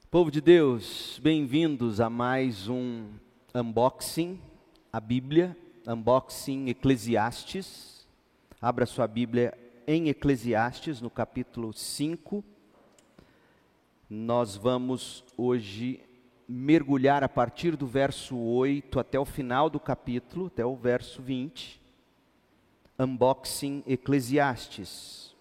Povo de Deus, bem-vindos a mais um Unboxing, a Bíblia, Unboxing Eclesiastes. Abra sua Bíblia em Eclesiastes, no capítulo 5. Nós vamos hoje mergulhar a partir do verso 8 até o final do capítulo, até o verso 20. Unboxing Eclesiastes.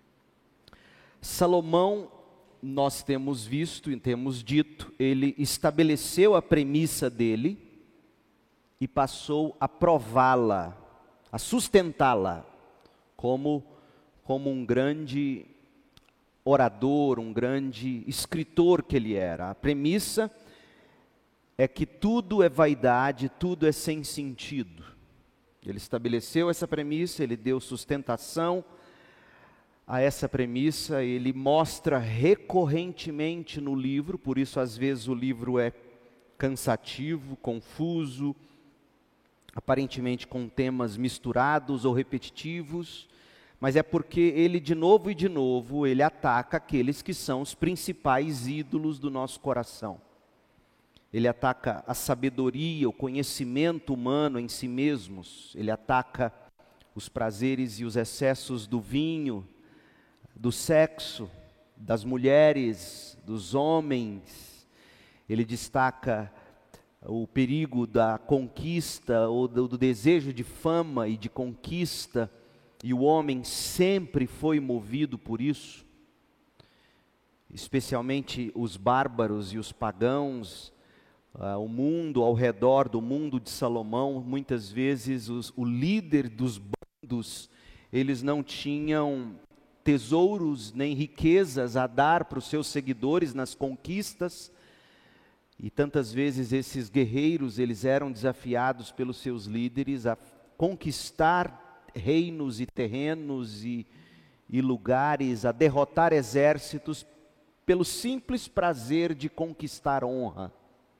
Salomão, nós temos visto e temos dito, ele estabeleceu a premissa dele e passou a prová-la, a sustentá-la, como um grande orador, um grande escritor que ele era. A premissa é que tudo é vaidade, tudo é sem sentido. Ele estabeleceu essa premissa, ele deu sustentação a essa premissa, ele mostra recorrentemente no livro, por isso às vezes o livro é cansativo, confuso, aparentemente com temas misturados ou repetitivos, mas é porque ele de novo e de novo, ele ataca aqueles que são os principais ídolos do nosso coração. Ele ataca a sabedoria, o conhecimento humano em si mesmos, ele ataca os prazeres e os excessos do vinho, do sexo, das mulheres, dos homens. Ele destaca o perigo da conquista ou do desejo de fama e de conquista, e o homem sempre foi movido por isso, especialmente os bárbaros e os pagãos, o mundo ao redor do mundo de Salomão. Muitas vezes o líder dos bandos, eles não tinham tesouros nem riquezas a dar para os seus seguidores nas conquistas, e tantas vezes esses guerreiros, eles eram desafiados pelos seus líderes a conquistar reinos e terrenos e lugares, a derrotar exércitos pelo simples prazer de conquistar honra.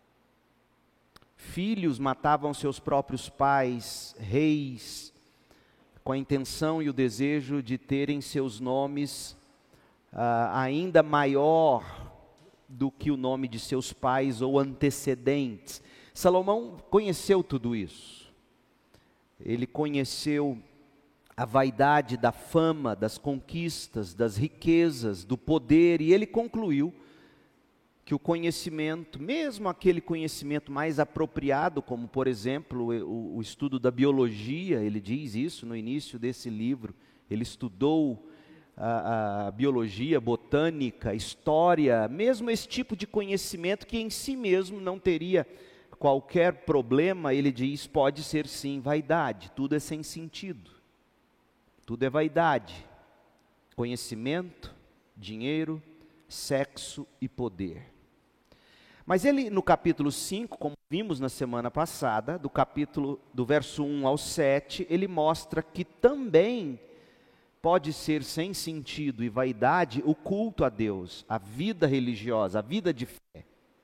Filhos matavam seus próprios pais, reis, com a intenção e o desejo de terem seus nomes ainda maior do que o nome de seus pais ou antecedentes. Salomão conheceu tudo isso. Ele conheceu a vaidade da fama, das conquistas, das riquezas, do poder, e ele concluiu que o conhecimento, mesmo aquele conhecimento mais apropriado, como por exemplo o estudo da biologia, ele diz isso no início desse livro, ele estudou a biologia, botânica, história, mesmo esse tipo de conhecimento que em si mesmo não teria qualquer problema, ele diz, pode ser sim vaidade, tudo é sem sentido, tudo é vaidade, conhecimento, dinheiro, sexo e poder. Mas ele, no capítulo 5, como vimos na semana passada, do verso 1 ao 7, ele mostra que também pode ser sem sentido e vaidade o culto a Deus, a vida religiosa, a vida de fé.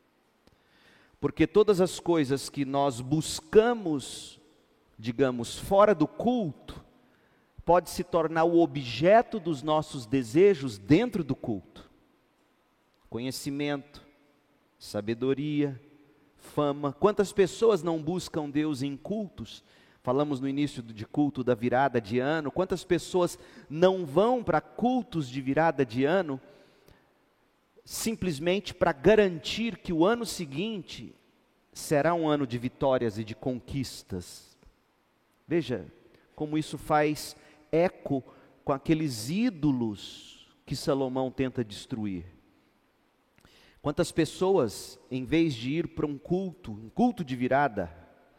Porque todas as coisas que nós buscamos, digamos, fora do culto, pode se tornar o objeto dos nossos desejos dentro do culto. Conhecimento, sabedoria, fama. Quantas pessoas não buscam Deus em cultos? Falamos no início de culto da virada de ano. Quantas pessoas não vão para cultos de virada de ano simplesmente para garantir que o ano seguinte será um ano de vitórias e de conquistas? Veja como isso faz eco com aqueles ídolos que Salomão tenta destruir. Quantas pessoas, em vez de ir para um culto de virada,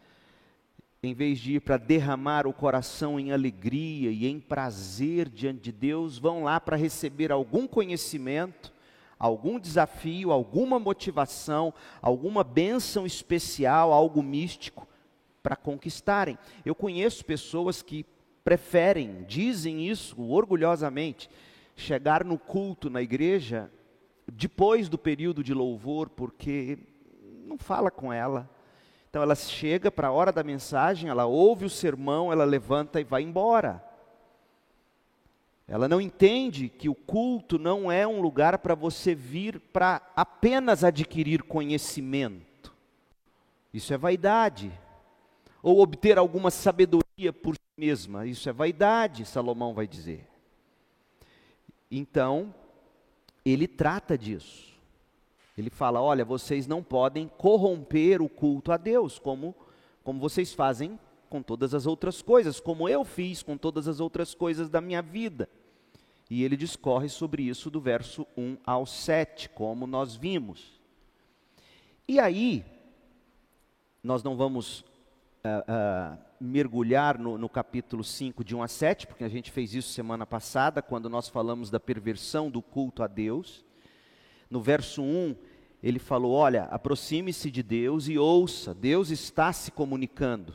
em vez de ir para derramar o coração em alegria e em prazer diante de Deus, vão lá para receber algum conhecimento, algum desafio, alguma motivação, alguma bênção especial, algo místico, para conquistarem. Eu conheço pessoas que preferem, dizem isso orgulhosamente, chegar no culto na igreja depois do período de louvor, porque não fala com ela. Então ela chega para a hora da mensagem, ela ouve o sermão, ela levanta e vai embora. Ela não entende que o culto não é um lugar para você vir para apenas adquirir conhecimento. Isso é vaidade. Ou obter alguma sabedoria por si mesma. Isso é vaidade, Salomão vai dizer. Então, ele trata disso. Ele fala, olha, vocês não podem corromper o culto a Deus, como vocês fazem com todas as outras coisas, como eu fiz com todas as outras coisas da minha vida. E ele discorre sobre isso do verso 1 ao 7, como nós vimos. E aí, nós não vamos mergulhar no capítulo 5, de 1 a 7, porque a gente fez isso semana passada, quando nós falamos da perversão do culto a Deus. No verso 1, ele falou, olha, aproxime-se de Deus e ouça, Deus está se comunicando.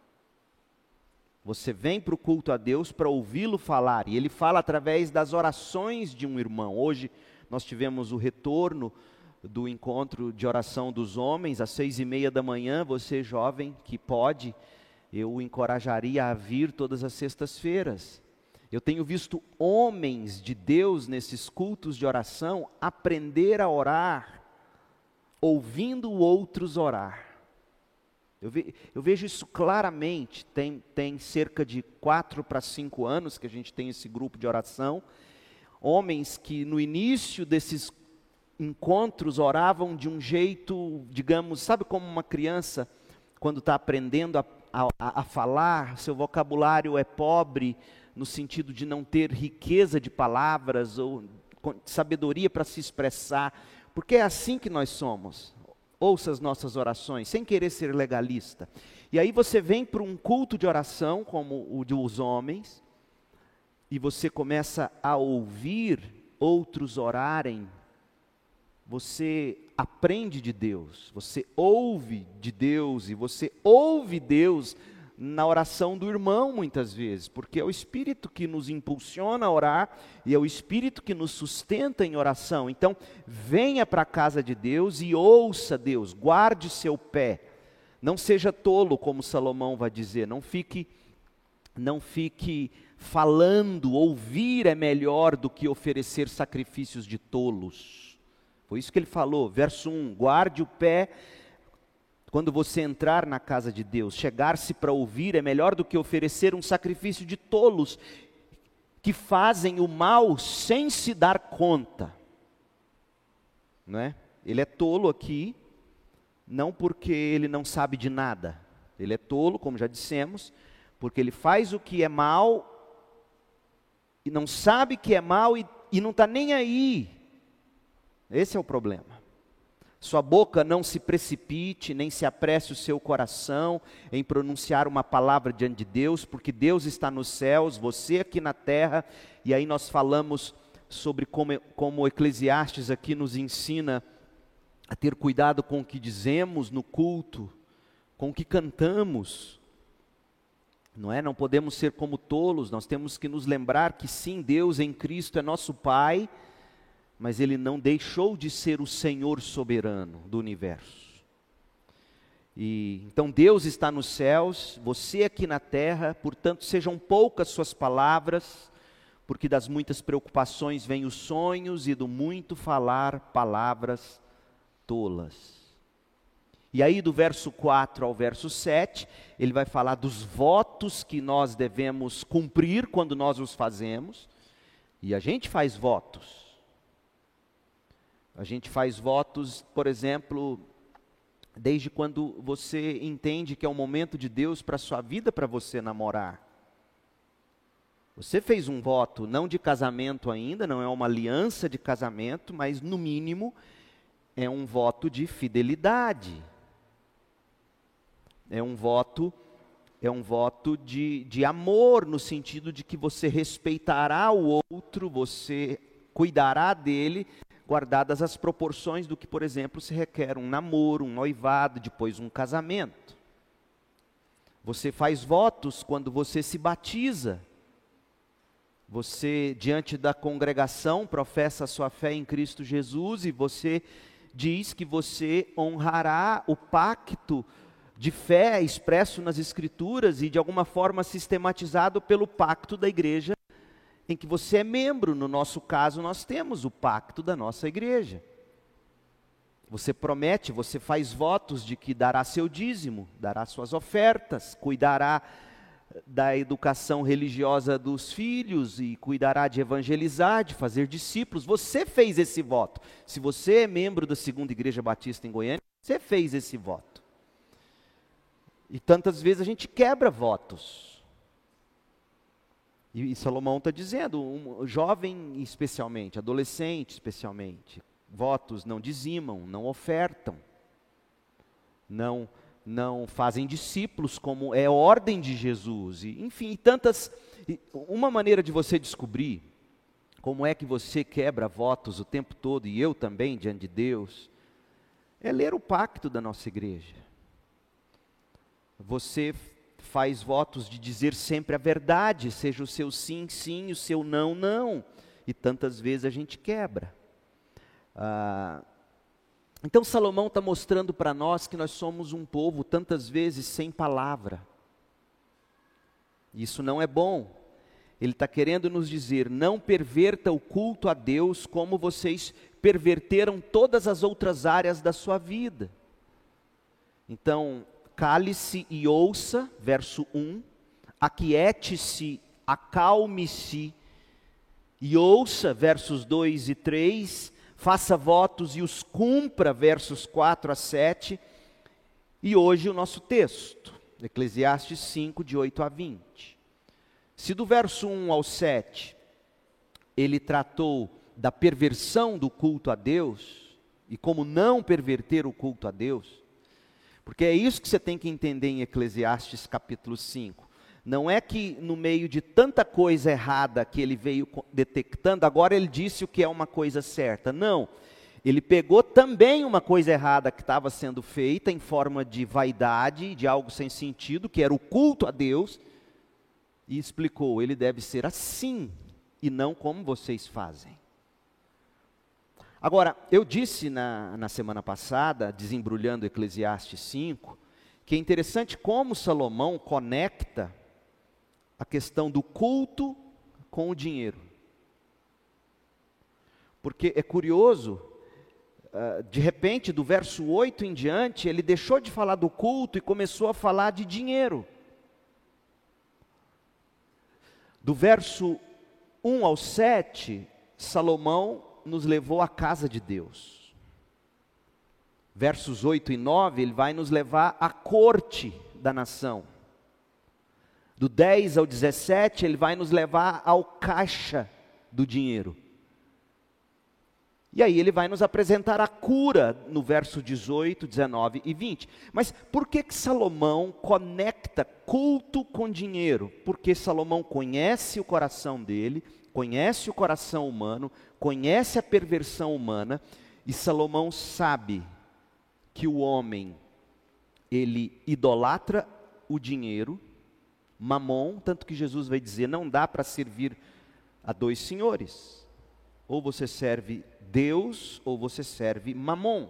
Você vem para o culto a Deus para ouvi-lo falar, e ele fala através das orações de um irmão. Hoje nós tivemos o retorno do encontro de oração dos homens, às 6:30 da manhã. Você jovem que pode, eu o encorajaria a vir todas as sextas-feiras. Eu tenho visto homens de Deus nesses cultos de oração aprender a orar, ouvindo outros orar. Eu vejo isso claramente. Tem cerca de 4 para 5 anos que a gente tem esse grupo de oração. Homens que no início desses encontros oravam de um jeito, digamos, sabe como uma criança, quando está aprendendo a falar, seu vocabulário é pobre, no sentido de não ter riqueza de palavras, ou sabedoria para se expressar, porque é assim que nós somos. Ouça as nossas orações, sem querer ser legalista. E aí você vem para um culto de oração, como o dos homens, e você começa a ouvir outros orarem. Você aprende de Deus, você ouve de Deus, e você ouve Deus na oração do irmão muitas vezes, porque é o Espírito que nos impulsiona a orar, e é o Espírito que nos sustenta em oração. Então, venha para a casa de Deus e ouça Deus, guarde seu pé, não seja tolo, como Salomão vai dizer, não fique falando, ouvir é melhor do que oferecer sacrifícios de tolos. Foi isso que ele falou, verso 1, guarde o pé. Quando você entrar na casa de Deus, chegar-se para ouvir é melhor do que oferecer um sacrifício de tolos, que fazem o mal sem se dar conta. Não é? Ele é tolo aqui, não porque ele não sabe de nada. Ele é tolo, como já dissemos, porque ele faz o que é mal, e não sabe que é mal, e não está nem aí. Esse é o problema. Sua boca não se precipite, nem se apresse o seu coração em pronunciar uma palavra diante de Deus, porque Deus está nos céus, você aqui na terra. E aí nós falamos sobre como o Eclesiastes aqui nos ensina a ter cuidado com o que dizemos no culto, com o que cantamos. Não é? Não podemos ser como tolos, nós temos que nos lembrar que sim, Deus em Cristo é nosso Pai, mas Ele não deixou de ser o Senhor soberano do universo. E então Deus está nos céus, você aqui na terra, portanto sejam poucas suas palavras, porque das muitas preocupações vêm os sonhos, e do muito falar palavras tolas. E aí do verso 4 ao verso 7, ele vai falar dos votos que nós devemos cumprir quando nós os fazemos. E a gente faz votos. A gente faz votos, por exemplo, desde quando você entende que é o momento de Deus para a sua vida, para você namorar. Você fez um voto, não de casamento ainda, não é uma aliança de casamento, mas no mínimo é um voto de fidelidade. É um voto de amor, no sentido de que você respeitará o outro, você cuidará dele, guardadas as proporções do que, por exemplo, se requer um namoro, um noivado, depois um casamento. Você faz votos quando você se batiza. Você, diante da congregação, professa a sua fé em Cristo Jesus, e você diz que você honrará o pacto de fé expresso nas Escrituras e de alguma forma sistematizado pelo pacto da igreja em que você é membro. No nosso caso, nós temos o pacto da nossa igreja. Você promete, você faz votos de que dará seu dízimo, dará suas ofertas, cuidará da educação religiosa dos filhos e cuidará de evangelizar, de fazer discípulos. Você fez esse voto. Se você é membro da Segunda Igreja Batista em Goiânia, você fez esse voto. E tantas vezes a gente quebra votos. E Salomão está dizendo, um jovem especialmente, adolescente especialmente, votos não dizimam, não ofertam, não fazem discípulos, como é ordem de Jesus. E, enfim, uma maneira de você descobrir como é que você quebra votos o tempo todo, e eu também, diante de Deus, é ler o pacto da nossa igreja. Você faz votos de dizer sempre a verdade, seja o seu sim, sim, o seu não, não. E tantas vezes a gente quebra. Então Salomão está mostrando para nós que nós somos um povo tantas vezes sem palavra. Isso não é bom. Ele está querendo nos dizer, não perverta o culto a Deus como vocês perverteram todas as outras áreas da sua vida. Então, cale-se e ouça, verso 1, aquiete-se, acalme-se e ouça, versos 2 e 3, faça votos e os cumpra, versos 4 a 7, e hoje o nosso texto, Eclesiastes 5, de 8 a 20. Se do verso 1 ao 7, ele tratou da perversão do culto a Deus, e como não perverter o culto a Deus, porque é isso que você tem que entender em Eclesiastes capítulo 5. Não é que no meio de tanta coisa errada que ele veio detectando, agora ele disse o que é uma coisa certa. Não, ele pegou também uma coisa errada que estava sendo feita em forma de vaidade, de algo sem sentido, que era o culto a Deus, e explicou, ele deve ser assim, e não como vocês fazem. Agora, eu disse na semana passada, desembrulhando Eclesiastes 5, que é interessante como Salomão conecta a questão do culto com o dinheiro. Porque é curioso, de repente, do verso 8 em diante, ele deixou de falar do culto e começou a falar de dinheiro. Do verso 1 ao 7, Salomão nos levou à casa de Deus. Versos 8 e 9, ele vai nos levar à corte da nação. Do 10 ao 17, ele vai nos levar ao caixa do dinheiro. E aí ele vai nos apresentar a cura no verso 18, 19 e 20. Mas por que Salomão conecta culto com dinheiro? Porque Salomão conhece o coração dele, conhece o coração humano, conhece a perversão humana, e Salomão sabe que o homem, ele idolatra o dinheiro, mamon, tanto que Jesus vai dizer, não dá para servir a dois senhores, ou você serve Deus, ou você serve mamon.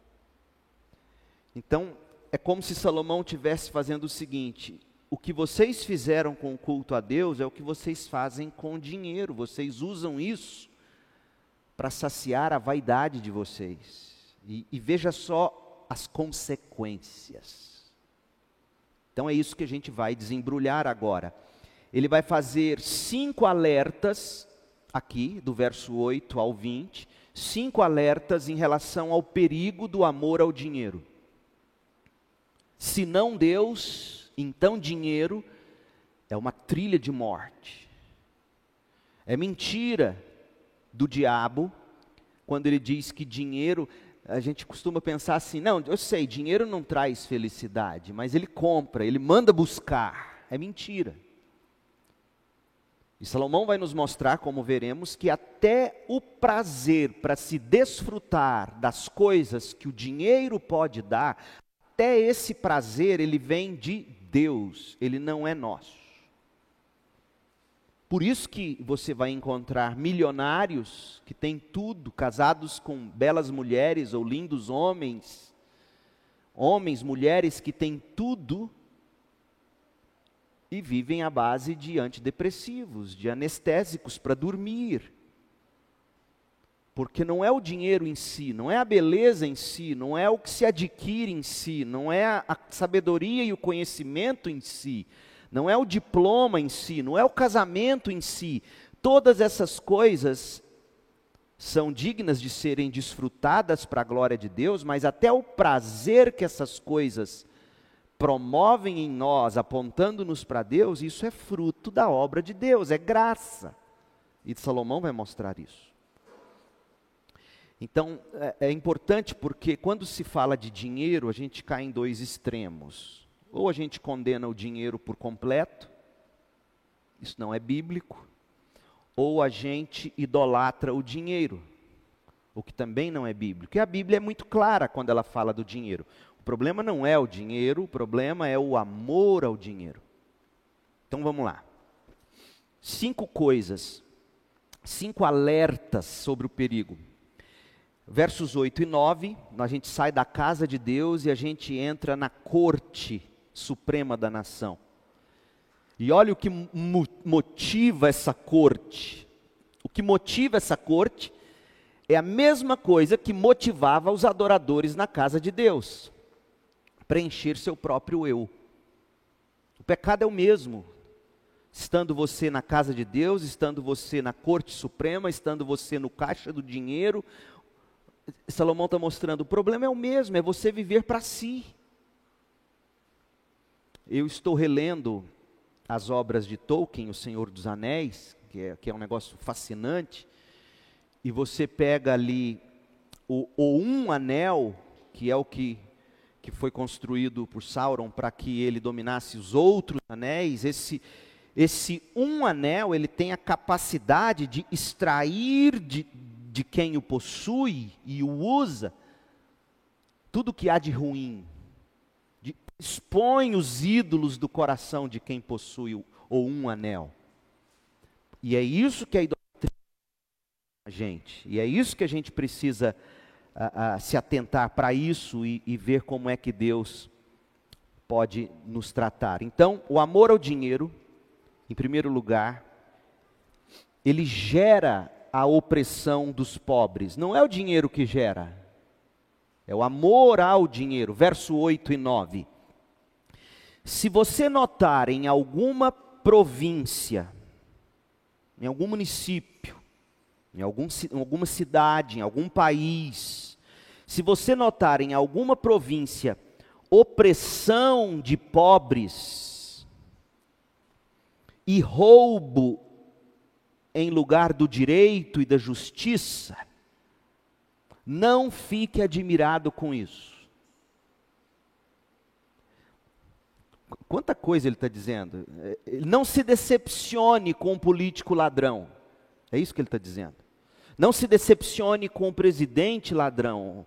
Então, é como se Salomão estivesse fazendo o seguinte, o que vocês fizeram com o culto a Deus, é o que vocês fazem com o dinheiro, vocês usam isso para saciar a vaidade de vocês, e veja só as consequências. Então é isso que a gente vai desembrulhar agora. Ele vai fazer 5 alertas, aqui do verso 8 ao 20, 5 alertas em relação ao perigo do amor ao dinheiro. Se não Deus, então dinheiro é uma trilha de morte. É mentira do diabo, quando ele diz que dinheiro, a gente costuma pensar assim, não, eu sei, dinheiro não traz felicidade, mas ele compra, ele manda buscar, é mentira. E Salomão vai nos mostrar, como veremos, que até o prazer para se desfrutar das coisas que o dinheiro pode dar, até esse prazer ele vem de Deus, ele não é nosso. Por isso que você vai encontrar milionários que têm tudo, casados com belas mulheres ou lindos homens, mulheres que têm tudo, e vivem à base de antidepressivos, de anestésicos para dormir. Porque não é o dinheiro em si, não é a beleza em si, não é o que se adquire em si, não é a sabedoria e o conhecimento em si, não é o diploma em si, não é o casamento em si. Todas essas coisas são dignas de serem desfrutadas para a glória de Deus, mas até o prazer que essas coisas promovem em nós, apontando-nos para Deus, isso é fruto da obra de Deus, é graça. E Salomão vai mostrar isso. Então, é importante porque quando se fala de dinheiro, a gente cai em dois extremos. Ou a gente condena o dinheiro por completo, isso não é bíblico, ou a gente idolatra o dinheiro, o que também não é bíblico. E a Bíblia é muito clara quando ela fala do dinheiro. O problema não é o dinheiro, o problema é o amor ao dinheiro. Então vamos lá. 5 coisas, 5 alertas sobre o perigo. Versos 8 e 9, a gente sai da casa de Deus e a gente entra na corte suprema da nação. E olha o que motiva essa corte. O que motiva essa corte é a mesma coisa que motivava os adoradores na casa de Deus. Preencher seu próprio eu. O pecado é o mesmo. Estando você na casa de Deus, estando você na corte suprema, estando você no caixa do dinheiro, Salomão está mostrando, o problema é o mesmo, é você viver para si. Eu estou relendo as obras de Tolkien, O Senhor dos Anéis, que é um negócio fascinante, e você pega ali o um anel, que é o que foi construído por Sauron para que ele dominasse os outros anéis. Esse um anel, ele tem a capacidade de extrair de quem o possui e o usa, tudo que há de ruim, expõe os ídolos do coração de quem possui o um anel. E é isso que a idolatria a gente, e é isso que a gente precisa se atentar para isso e ver como é que Deus pode nos tratar. Então, o amor ao dinheiro, em primeiro lugar, ele gera a opressão dos pobres. Não é o dinheiro que gera, é o amor ao dinheiro. Verso 8 e 9. Se você notar em alguma província, em algum município, em alguma cidade, em algum país, se você notar em alguma província opressão de pobres e roubo em lugar do direito e da justiça, não fique admirado com isso. Quanta coisa ele está dizendo. Não se decepcione com um político ladrão. É isso que ele está dizendo. Não se decepcione com o presidente ladrão.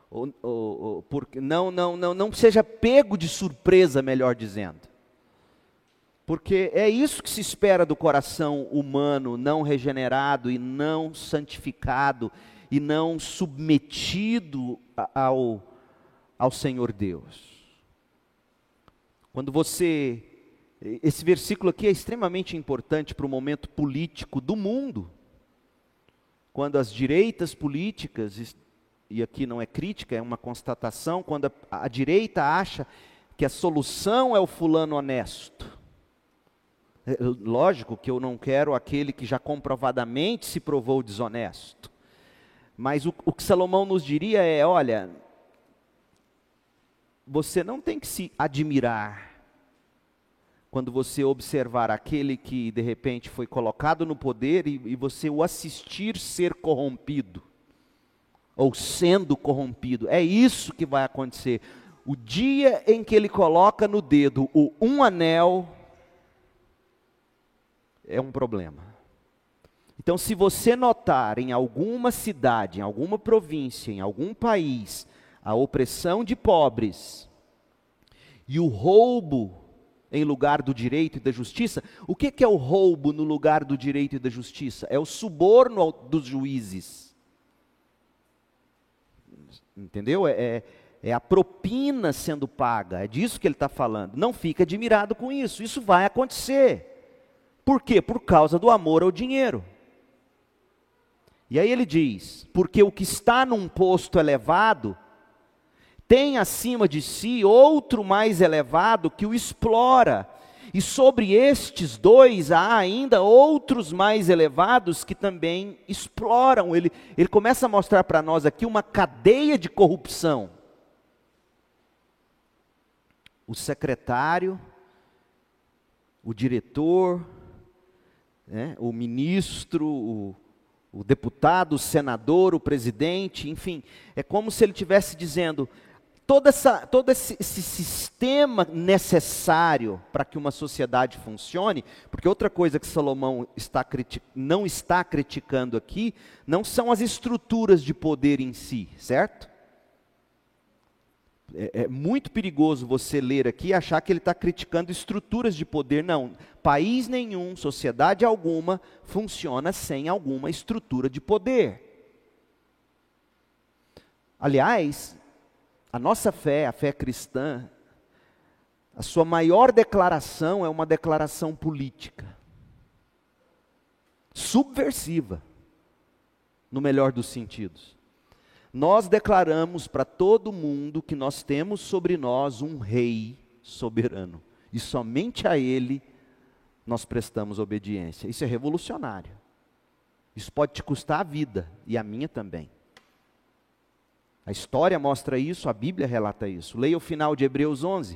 Não seja pego de surpresa, melhor dizendo. Porque é isso que se espera do coração humano não regenerado e não santificado e não submetido ao Senhor Deus. Quando esse versículo aqui é extremamente importante para o momento político do mundo. Quando as direitas políticas, e aqui não é crítica, é uma constatação, quando a direita acha que a solução é o fulano honesto. Lógico que eu não quero aquele que já comprovadamente se provou desonesto. Mas o que Salomão nos diria é, olha, você não tem que se admirar quando você observar aquele que de repente foi colocado no poder e você o assistir ser corrompido, ou sendo corrompido. É isso que vai acontecer. O dia em que ele coloca no dedo um anel, é um problema. Então, se você notar em alguma cidade, em alguma província, em algum país, a opressão de pobres e o roubo em lugar do direito e da justiça, o que é o roubo no lugar do direito e da justiça? É o suborno dos juízes. Entendeu? é a propina sendo paga, é disso que ele está falando. Não fique admirado com isso, isso vai acontecer. Por quê? Por causa do amor ao dinheiro. E aí ele diz, porque o que está num posto elevado, tem acima de si outro mais elevado que o explora. E sobre estes dois há ainda outros mais elevados que também exploram. Ele começa a mostrar para nós aqui uma cadeia de corrupção. O secretário, o diretor, né, o ministro, o deputado, o senador, o presidente, enfim. É como se ele estivesse dizendo, todo esse sistema necessário para que uma sociedade funcione, porque outra coisa que Salomão não está criticando aqui, não são as estruturas de poder em si, certo? É muito perigoso você ler aqui e achar que ele está criticando estruturas de poder. Não, país nenhum, sociedade alguma, funciona sem alguma estrutura de poder. Aliás, a nossa fé, a fé cristã, a sua maior declaração é uma declaração política. Subversiva, no melhor dos sentidos. Nós declaramos para todo mundo que nós temos sobre nós um rei soberano. E somente a ele nós prestamos obediência. Isso é revolucionário. Isso pode te custar a vida, e a minha também. A história mostra isso, a Bíblia relata isso. Leia o final de Hebreus 11.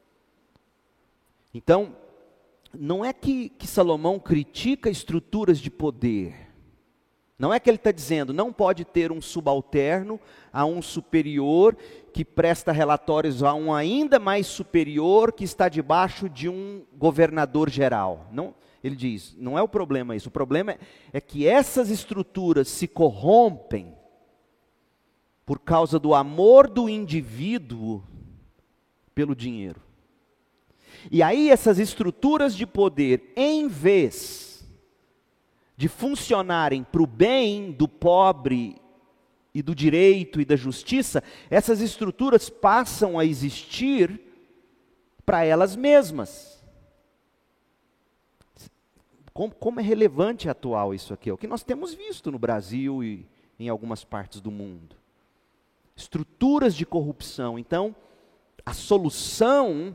Então, não é que Salomão critica estruturas de poder. Não é que ele está dizendo, não pode ter um subalterno a um superior que presta relatórios a um ainda mais superior que está debaixo de um governador geral. Não, ele diz, não é o problema isso. O problema é que essas estruturas se corrompem por causa do amor do indivíduo pelo dinheiro. E aí essas estruturas de poder, em vez de funcionarem para o bem do pobre e do direito e da justiça, essas estruturas passam a existir para elas mesmas. Como é relevante e atual isso aqui? É o que nós temos visto no Brasil e em algumas partes do mundo. Estruturas de corrupção. Então, a solução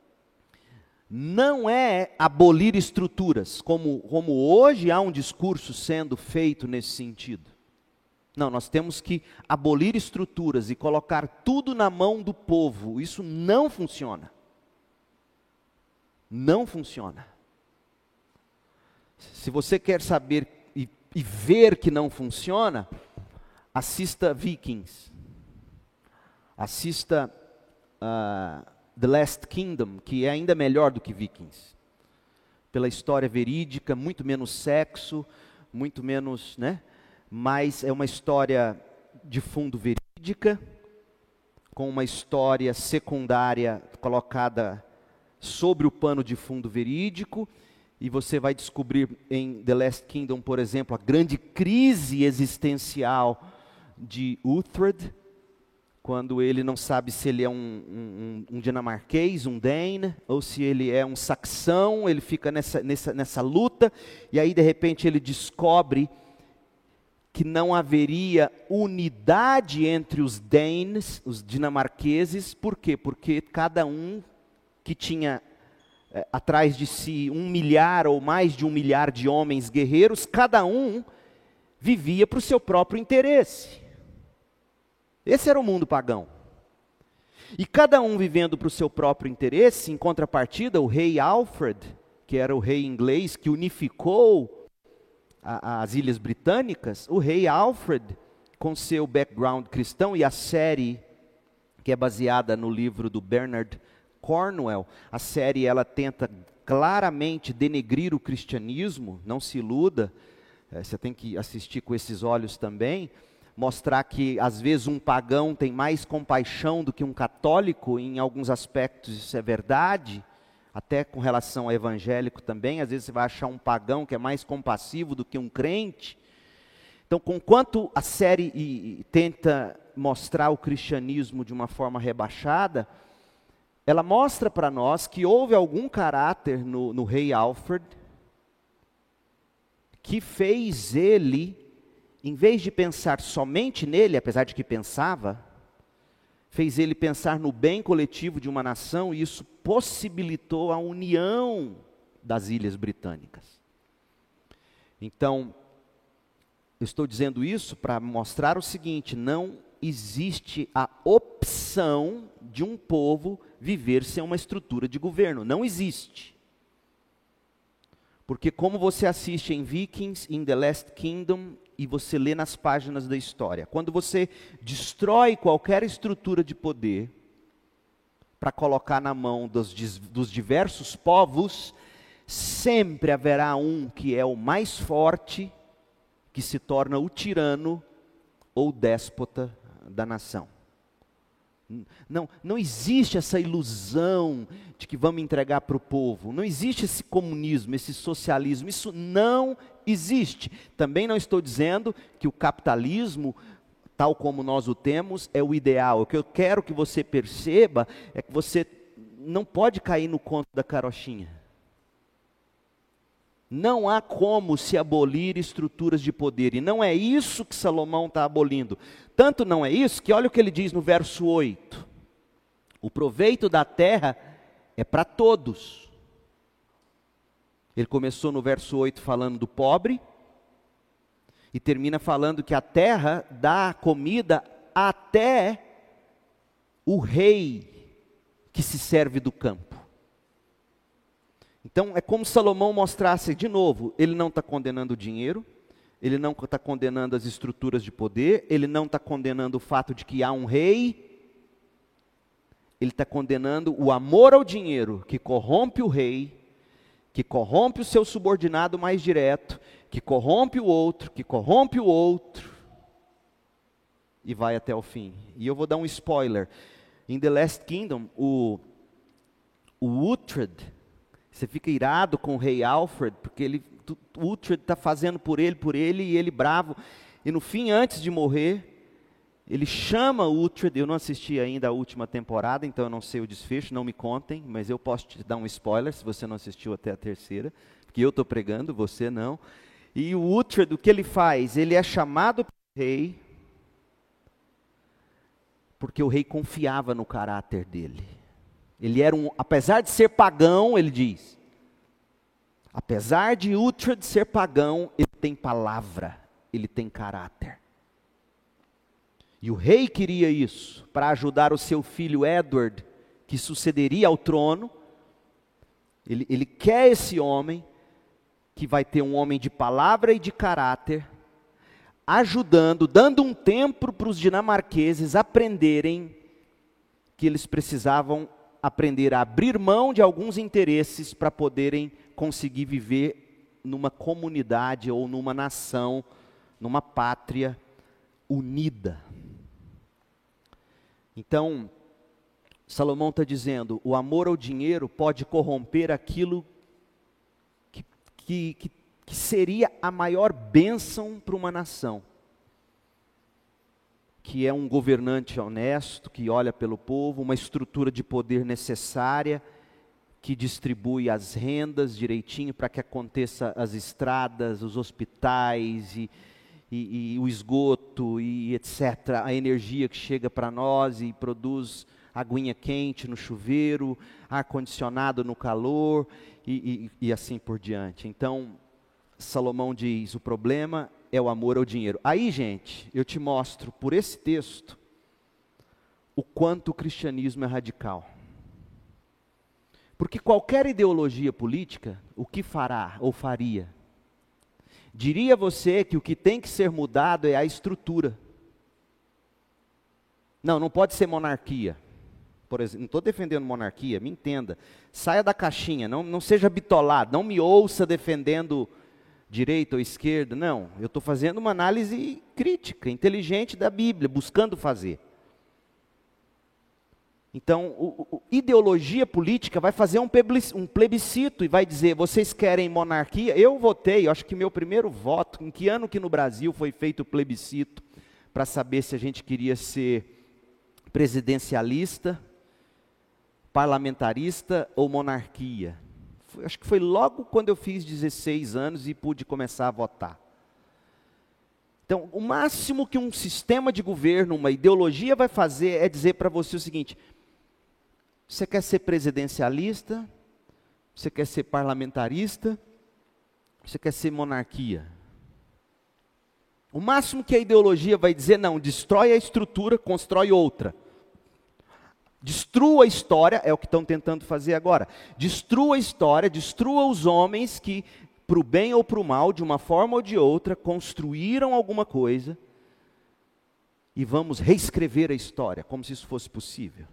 não é abolir estruturas, como hoje há um discurso sendo feito nesse sentido. Não, nós temos que abolir estruturas e colocar tudo na mão do povo. Isso não funciona. Não funciona. Se você quer saber e ver que não funciona, assista Vikings. Assista The Last Kingdom, que é ainda melhor do que Vikings. Pela história verídica, muito menos sexo, muito menos, né? Mas é uma história de fundo verídica, com uma história secundária colocada sobre o pano de fundo verídico, e você vai descobrir em The Last Kingdom, por exemplo, a grande crise existencial de Uhtred, quando ele não sabe se ele é um dinamarquês, um Dane, ou se ele é um saxão, ele fica nessa luta, e aí de repente ele descobre que não haveria unidade entre os Danes, os dinamarqueses. Por quê? Porque cada um que tinha atrás de si 1 milhar ou mais de 1 milhar de homens guerreiros, cada um vivia para o seu próprio interesse. Esse era o mundo pagão. E cada um vivendo para o seu próprio interesse, em contrapartida, o rei Alfred, que era o rei inglês que unificou as Ilhas Britânicas, o rei Alfred, com seu background cristão, e a série que é baseada no livro do Bernard Cornwell, a série ela tenta claramente denegrir o cristianismo, não se iluda, você tem que assistir com esses olhos também, mostrar que às vezes um pagão tem mais compaixão do que um católico, em alguns aspectos isso é verdade, até com relação ao evangélico também, às vezes você vai achar um pagão que é mais compassivo do que um crente. Então, conquanto a série tenta mostrar o cristianismo de uma forma rebaixada, ela mostra para nós que houve algum caráter no rei Alfred, que fez ele, em vez de pensar somente nele, apesar de que pensava, fez ele pensar no bem coletivo de uma nação, e isso possibilitou a união das Ilhas Britânicas. Então, eu estou dizendo isso para mostrar o seguinte: não existe a opção de um povo viver sem uma estrutura de governo. Não existe. Porque como você assiste em Vikings, in The Last Kingdom, e você lê nas páginas da história, quando você destrói qualquer estrutura de poder para colocar na mão dos diversos povos, sempre haverá um que é o mais forte, que se torna o tirano ou déspota da nação. Não existe essa ilusão de que vamos entregar para o povo. Não existe esse comunismo, esse socialismo. Isso não existe. Também não estou dizendo que o capitalismo, tal como nós o temos, é o ideal. O que eu quero que você perceba é que você não pode cair no conto da carochinha. Não há como se abolir estruturas de poder, e não é isso que Salomão está abolindo. Tanto não é isso, que olha o que ele diz no verso 8. O proveito da terra é para todos. Ele começou no verso 8 falando do pobre, e termina falando que a terra dá comida até o rei que se serve do campo. Então, é como se Salomão mostrasse, de novo, ele não está condenando o dinheiro, ele não está condenando as estruturas de poder, ele não está condenando o fato de que há um rei, ele está condenando o amor ao dinheiro, que corrompe o rei, que corrompe o seu subordinado mais direto, que corrompe o outro, e vai até o fim. E eu vou dar um spoiler. Em The Last Kingdom, o Uhtred, você fica irado com o rei Alfred, porque o Uhtred está fazendo por ele, e ele bravo. E no fim, antes de morrer, ele chama o Uhtred. Eu não assisti ainda a última temporada, então eu não sei o desfecho, não me contem, mas eu posso te dar um spoiler, se você não assistiu até a terceira, porque eu estou pregando, você não. E o Uhtred, o que ele faz? Ele é chamado pelo rei, porque o rei confiava no caráter dele. Ele era apesar de ser pagão, ele diz, apesar de Uhtred ser pagão, ele tem palavra, ele tem caráter. E o rei queria isso, para ajudar o seu filho Edward, que sucederia ao trono. Ele quer esse homem, que vai ter um homem de palavra e de caráter, ajudando, dando um tempo para os dinamarqueses aprenderem que eles precisavam aprender a abrir mão de alguns interesses para poderem conseguir viver numa comunidade ou numa nação, numa pátria unida. Então, Salomão está dizendo, o amor ao dinheiro pode corromper aquilo que seria a maior bênção para uma nação, que é um governante honesto, que olha pelo povo, uma estrutura de poder necessária, que distribui as rendas direitinho para que aconteça as estradas, os hospitais e o esgoto e etc. A energia que chega para nós e produz aguinha quente no chuveiro, ar-condicionado no calor e assim por diante. Então, Salomão diz, o problema é o amor ao dinheiro. Aí, gente, eu te mostro por esse texto o quanto o cristianismo é radical. Porque qualquer ideologia política, o que fará ou faria? Diria você que o que tem que ser mudado é a estrutura. Não pode ser monarquia. Por exemplo, não estou defendendo monarquia, me entenda. Saia da caixinha, não seja bitolado, não me ouça defendendo direita ou esquerda, não. Eu estou fazendo uma análise crítica, inteligente da Bíblia, buscando fazer. Então, ideologia política vai fazer um plebiscito e vai dizer, vocês querem monarquia? Eu votei, acho que meu primeiro voto, em que ano que no Brasil foi feito o plebiscito para saber se a gente queria ser presidencialista, parlamentarista ou monarquia. Acho que foi logo quando eu fiz 16 anos e pude começar a votar. Então, o máximo que um sistema de governo, uma ideologia vai fazer é dizer para você o seguinte: você quer ser presidencialista? Você quer ser parlamentarista? Você quer ser monarquia? O máximo que a ideologia vai dizer, não, destrói a estrutura, constrói outra. Destrua a história, é o que estão tentando fazer agora. Destrua a história, destrua os homens que, para o bem ou para o mal, de uma forma ou de outra, construíram alguma coisa, e vamos reescrever a história, como se isso fosse possível.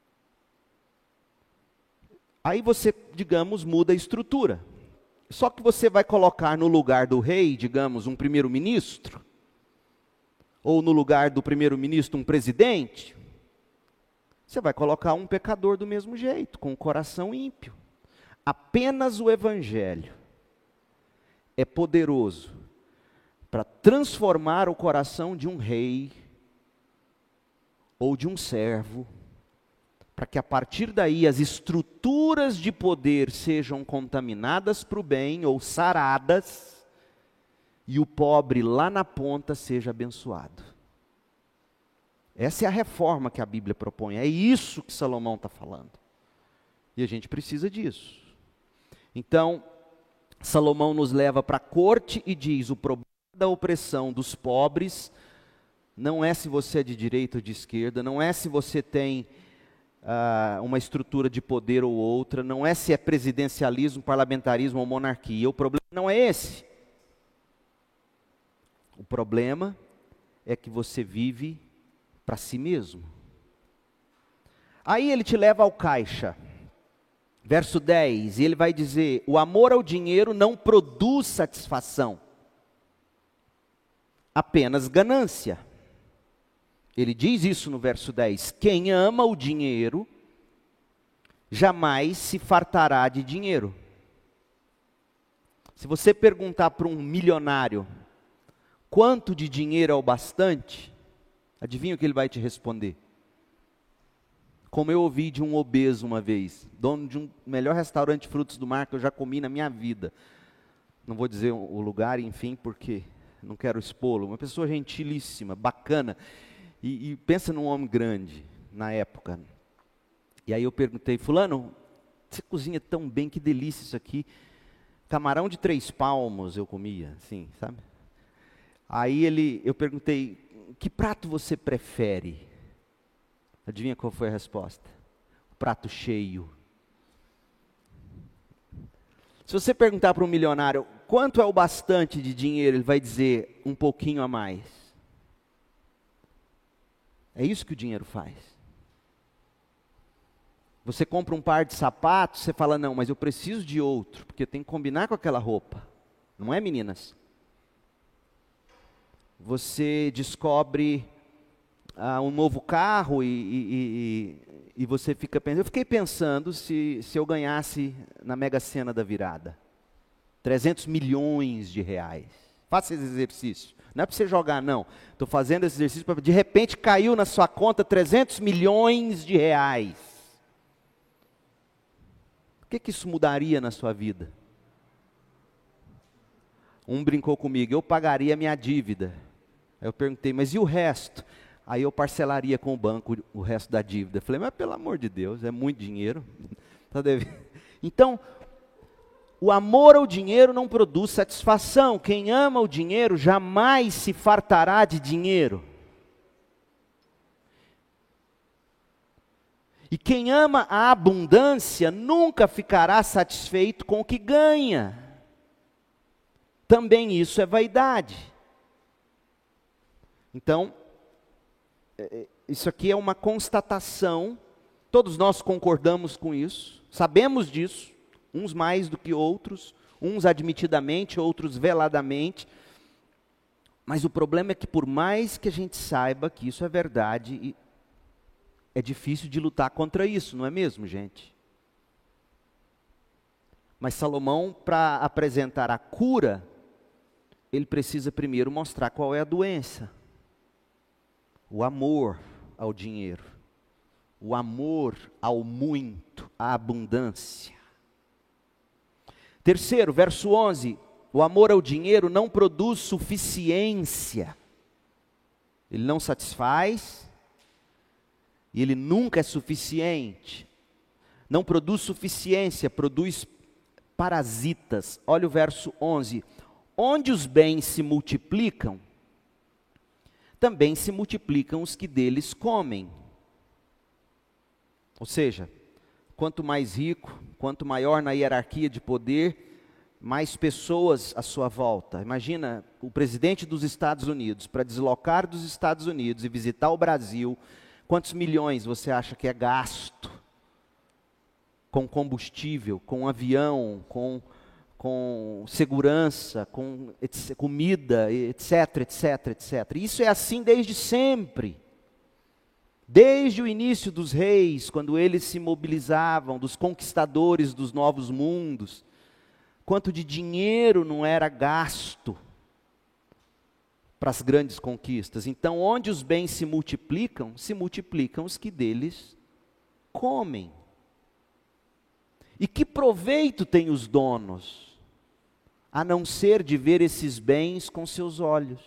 Aí você, digamos, muda a estrutura. Só que você vai colocar no lugar do rei, digamos, um primeiro-ministro, ou no lugar do primeiro-ministro um presidente. Você vai colocar um pecador do mesmo jeito, com o coração ímpio. Apenas o Evangelho é poderoso para transformar o coração de um rei ou de um servo, para que a partir daí as estruturas de poder sejam contaminadas para o bem ou saradas, e o pobre lá na ponta seja abençoado. Essa é a reforma que a Bíblia propõe, é isso que Salomão está falando. E a gente precisa disso. Então, Salomão nos leva para a corte e diz: o problema da opressão dos pobres não é se você é de direita ou de esquerda, não é se você tem uma estrutura de poder ou outra, não é se é presidencialismo, parlamentarismo ou monarquia. O problema não é esse. O problema é que você vive para si mesmo. Aí ele te leva ao caixa. Verso 10, e ele vai dizer: o amor ao dinheiro não produz satisfação, apenas ganância. Ele diz isso no verso 10, quem ama o dinheiro, jamais se fartará de dinheiro. Se você perguntar para um milionário, quanto de dinheiro é o bastante? Adivinha o que ele vai te responder? Como eu ouvi de um obeso uma vez, dono de um melhor restaurante de frutos do mar que eu já comi na minha vida. Não vou dizer o lugar, enfim, porque não quero expô-lo. Uma pessoa gentilíssima, bacana. E pensa num homem grande, na época. E aí eu perguntei: fulano, você cozinha tão bem, que delícia isso aqui. Camarão de 3 palmos eu comia, assim, sabe? Aí eu perguntei: que prato você prefere? Adivinha qual foi a resposta? O prato cheio. Se você perguntar para um milionário, quanto é o bastante de dinheiro, ele vai dizer, um pouquinho a mais. É isso que o dinheiro faz. Você compra um par de sapatos, você fala, não, mas eu preciso de outro, porque tem que combinar com aquela roupa. Não é, meninas? Você descobre um novo carro e você fica pensando. Eu fiquei pensando se eu ganhasse na Mega Sena da virada 300 milhões de reais. Faça esse exercício. Não é para você jogar, não. Estou fazendo esse exercício para, de repente, caiu na sua conta 300 milhões de reais. O que isso mudaria na sua vida? Um brincou comigo, eu pagaria a minha dívida. Aí eu perguntei, mas e o resto? Aí eu parcelaria com o banco o resto da dívida. Eu falei, mas pelo amor de Deus, é muito dinheiro. Tá devendo? Então, o amor ao dinheiro não produz satisfação. Quem ama o dinheiro jamais se fartará de dinheiro. E quem ama a abundância nunca ficará satisfeito com o que ganha. Também isso é vaidade. Então, isso aqui é uma constatação, todos nós concordamos com isso, sabemos disso, uns mais do que outros, uns admitidamente, outros veladamente, mas o problema é que por mais que a gente saiba que isso é verdade, é difícil de lutar contra isso, não é mesmo, gente? Mas Salomão, para apresentar a cura, ele precisa primeiro mostrar qual é a doença. o amor ao dinheiro, o amor ao muito, à abundância. Terceiro, verso 11, o amor ao dinheiro não produz suficiência. Ele não satisfaz, e ele nunca é suficiente. Não produz suficiência, produz parasitas. Olha o verso 11. Onde os bens se multiplicam, também se multiplicam os que deles comem. Ou seja, quanto mais rico, quanto maior na hierarquia de poder, mais pessoas à sua volta. Imagina o presidente dos Estados Unidos, para deslocar dos Estados Unidos e visitar o Brasil, quantos milhões você acha que é gasto com combustível, com avião, com segurança, com comida, etc, etc, etc. Isso é assim desde sempre. Desde o início dos reis, quando eles se mobilizavam, dos conquistadores dos novos mundos, quanto de dinheiro não era gasto para as grandes conquistas. Então, onde os bens se multiplicam os que deles comem. E que proveito têm os donos, a não ser de ver esses bens com seus olhos?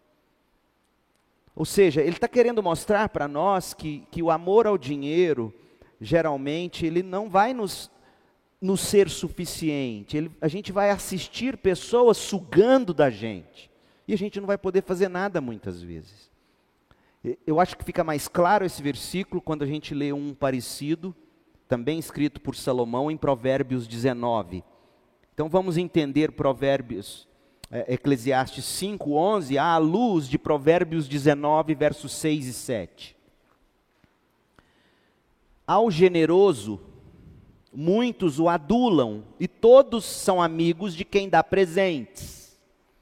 Ou seja, ele está querendo mostrar para nós que o amor ao dinheiro, geralmente, ele não vai nos ser suficiente. A gente vai assistir pessoas sugando da gente, e a gente não vai poder fazer nada muitas vezes. Eu acho que fica mais claro esse versículo quando a gente lê um parecido, também escrito por Salomão em Provérbios 19. Então vamos entender Eclesiastes 5:11, à luz de Provérbios 19, versos 6 e 7. Ao generoso, muitos o adulam, e todos são amigos de quem dá presentes.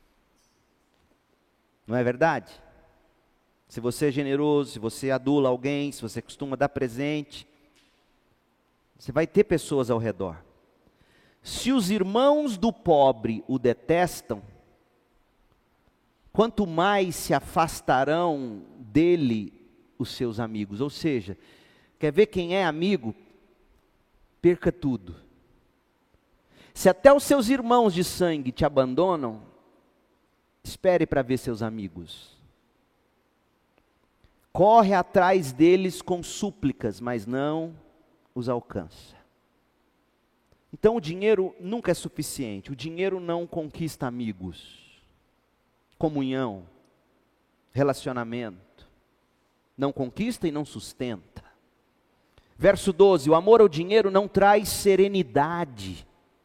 Não é verdade? Se você é generoso, se você adula alguém, se você costuma dar presente, você vai ter pessoas ao redor. Se os irmãos do pobre o detestam, quanto mais se afastarão dele os seus amigos. Ou seja, quer ver quem é amigo? Perca tudo. Se até os seus irmãos de sangue te abandonam, espere para ver seus amigos. Corre atrás deles com súplicas, mas não os alcança. Então o dinheiro nunca é suficiente. O dinheiro não conquista amigos, comunhão, relacionamento. Não conquista e não sustenta. Verso 12, o amor ao dinheiro não traz serenidade.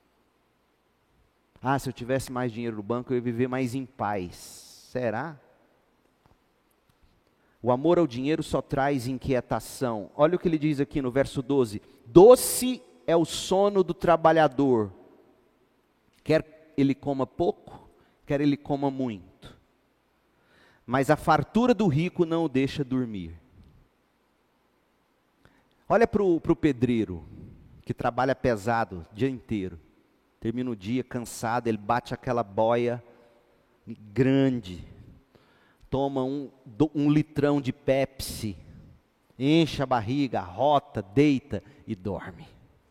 Ah, se eu tivesse mais dinheiro no banco, eu ia viver mais em paz. Será? O amor ao dinheiro só traz inquietação. Olha o que ele diz aqui no verso 12. Doce é o sono do trabalhador, quer ele coma pouco, quer ele coma muito. Mas a fartura do rico não o deixa dormir. Olha para o pedreiro, que trabalha pesado o dia inteiro. Termina o dia cansado, ele bate aquela boia grande, toma um litrão de Pepsi, enche a barriga, arrota, deita e dorme.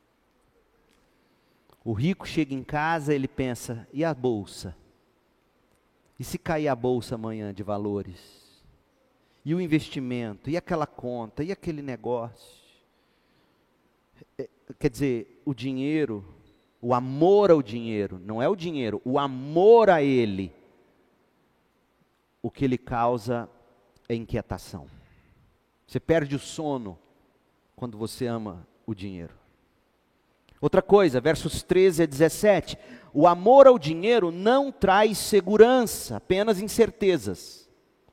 O rico chega em casa, ele pensa, e a bolsa? E se cair a bolsa amanhã de valores? E o investimento? E aquela conta? E aquele negócio? Quer dizer, o dinheiro, o amor ao dinheiro, não é o dinheiro, o amor a ele, o que ele causa é inquietação. Você perde o sono quando você ama o dinheiro. Outra coisa, versos 13 a 17, o amor ao dinheiro não traz segurança, apenas incertezas.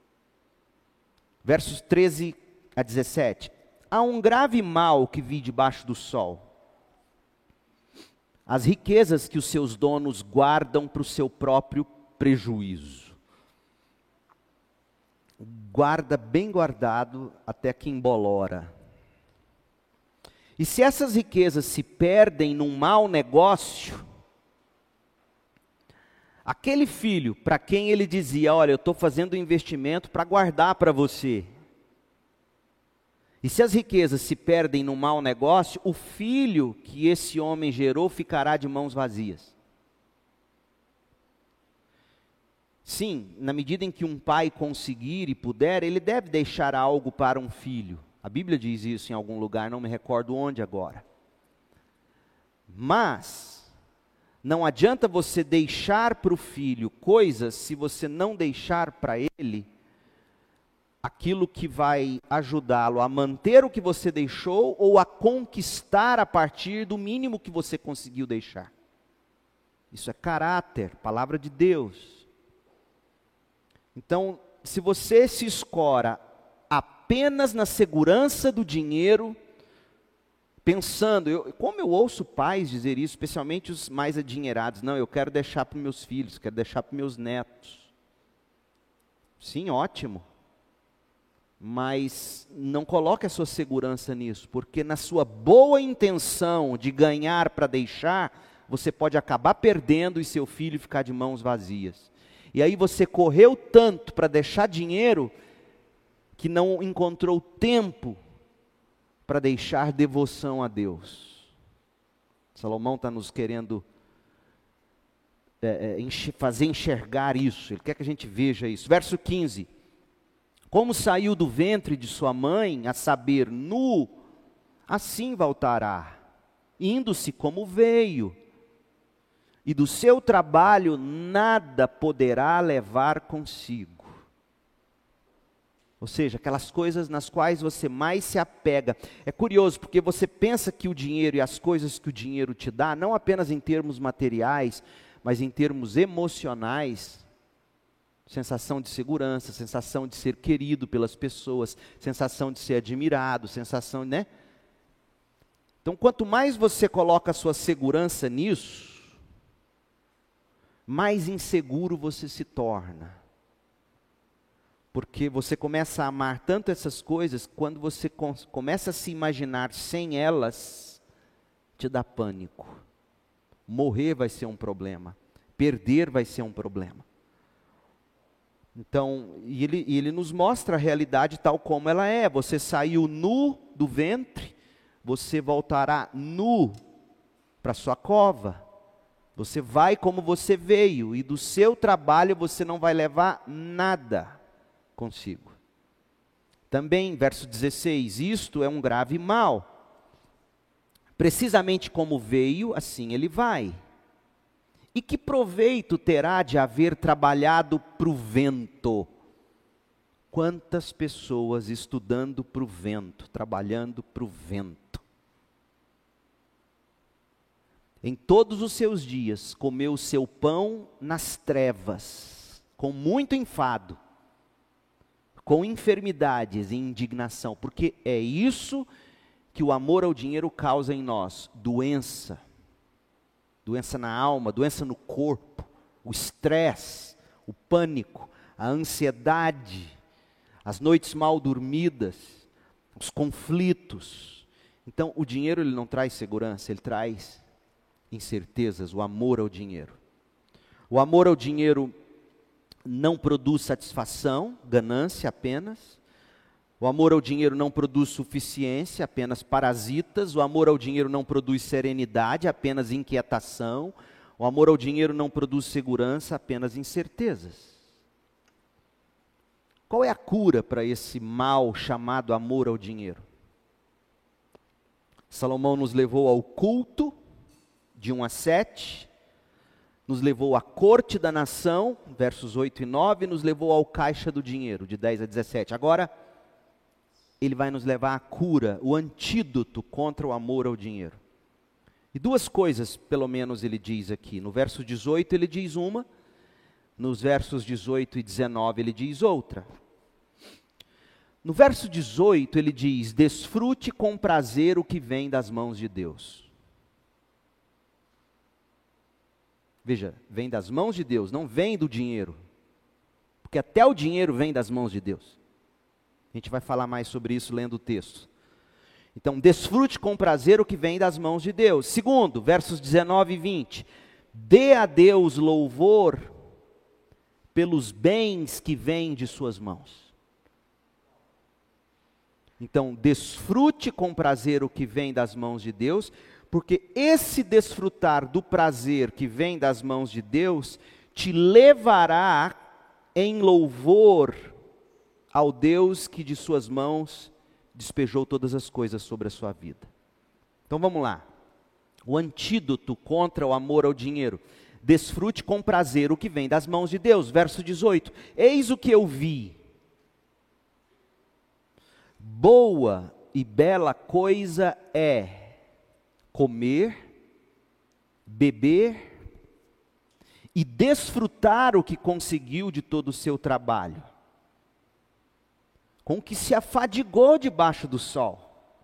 Versos 13 a 17, há um grave mal que vi debaixo do sol. As riquezas que os seus donos guardam para o seu próprio prejuízo. Guarda bem guardado até que embolora. E se essas riquezas se perdem num mau negócio, aquele filho para quem ele dizia, olha, eu estou fazendo um investimento para guardar para você, E se as riquezas se perdem num mau negócio, o filho que esse homem gerou ficará de mãos vazias. Sim, na medida em que um pai conseguir e puder, ele deve deixar algo para um filho. A Bíblia diz isso em algum lugar, não me recordo onde agora. Mas não adianta você deixar para o filho coisas se você não deixar para ele aquilo que vai ajudá-lo a manter o que você deixou ou a conquistar a partir do mínimo que você conseguiu deixar. Isso é caráter, palavra de Deus. Então, se você se escora apenas na segurança do dinheiro, pensando, como eu ouço pais dizer isso, especialmente os mais adinheirados, não, eu quero deixar para os meus filhos, quero deixar para os meus netos. Sim, ótimo. Mas não coloque a sua segurança nisso, porque na sua boa intenção de ganhar para deixar, você pode acabar perdendo e seu filho ficar de mãos vazias. E aí você correu tanto para deixar dinheiro, que não encontrou tempo para deixar devoção a Deus. Salomão está nos querendo fazer enxergar isso, ele quer que a gente veja isso. Verso 15, como saiu do ventre de sua mãe, a saber, nu, assim voltará, indo-se como veio, e do seu trabalho nada poderá levar consigo. Ou seja, aquelas coisas nas quais você mais se apega. É curioso, porque você pensa que o dinheiro e as coisas que o dinheiro te dá, não apenas em termos materiais, mas em termos emocionais, sensação de segurança, sensação de ser querido pelas pessoas, sensação de ser admirado, sensação, né? Então, quanto mais você coloca a sua segurança nisso, mais inseguro você se torna. Porque você começa a amar tanto essas coisas, quando você começa a se imaginar sem elas, te dá pânico. Morrer vai ser um problema, perder vai ser um problema. Então, ele nos mostra a realidade tal como ela é. Você saiu nu do ventre, você voltará nu para sua cova. Você vai como você veio, e do seu trabalho você não vai levar nada consigo. Também, verso 16, isto é um grave mal. Precisamente como veio, assim ele vai. E que proveito terá de haver trabalhado para o vento? Quantas pessoas estudando para o vento, trabalhando para o vento? Em todos os seus dias, comeu o seu pão nas trevas, com muito enfado, com enfermidades e indignação, porque é isso que o amor ao dinheiro causa em nós: doença. Doença na alma, doença no corpo, o estresse, o pânico, a ansiedade, as noites mal dormidas, os conflitos. Então, o dinheiro ele não traz segurança, ele traz incertezas, o amor ao dinheiro. O amor ao dinheiro não produz satisfação, ganância apenas. O amor ao dinheiro não produz suficiência, apenas parasitas. O amor ao dinheiro não produz serenidade, apenas inquietação. O amor ao dinheiro não produz segurança, apenas incertezas. Qual é a cura para esse mal chamado amor ao dinheiro? Salomão nos levou ao culto, de 1 a 7, nos levou à corte da nação, versos 8 e 9, nos levou ao caixa do dinheiro, de 10 a 17. Agora, ele vai nos levar à cura, o antídoto contra o amor ao dinheiro. E duas coisas, pelo menos, ele diz aqui. No verso 18 ele diz uma, nos versos 18 e 19 ele diz outra. No verso 18 ele diz: desfrute com prazer o que vem das mãos de Deus. Veja, vem das mãos de Deus, não vem do dinheiro. Porque até o dinheiro vem das mãos de Deus. A gente vai falar mais sobre isso lendo o texto. Então, desfrute com prazer o que vem das mãos de Deus. Segundo, versos 19 e 20. Dê a Deus louvor pelos bens que vêm de suas mãos. Então, desfrute com prazer o que vem das mãos de Deus, porque esse desfrutar do prazer que vem das mãos de Deus te levará em louvor ao Deus que de suas mãos despejou todas as coisas sobre a sua vida. Então vamos lá. O antídoto contra o amor ao dinheiro. Desfrute com prazer o que vem das mãos de Deus. Verso 18. Eis o que eu vi. Boa e bela coisa é comer, beber e desfrutar o que conseguiu de todo o seu trabalho, com que se afadigou debaixo do sol,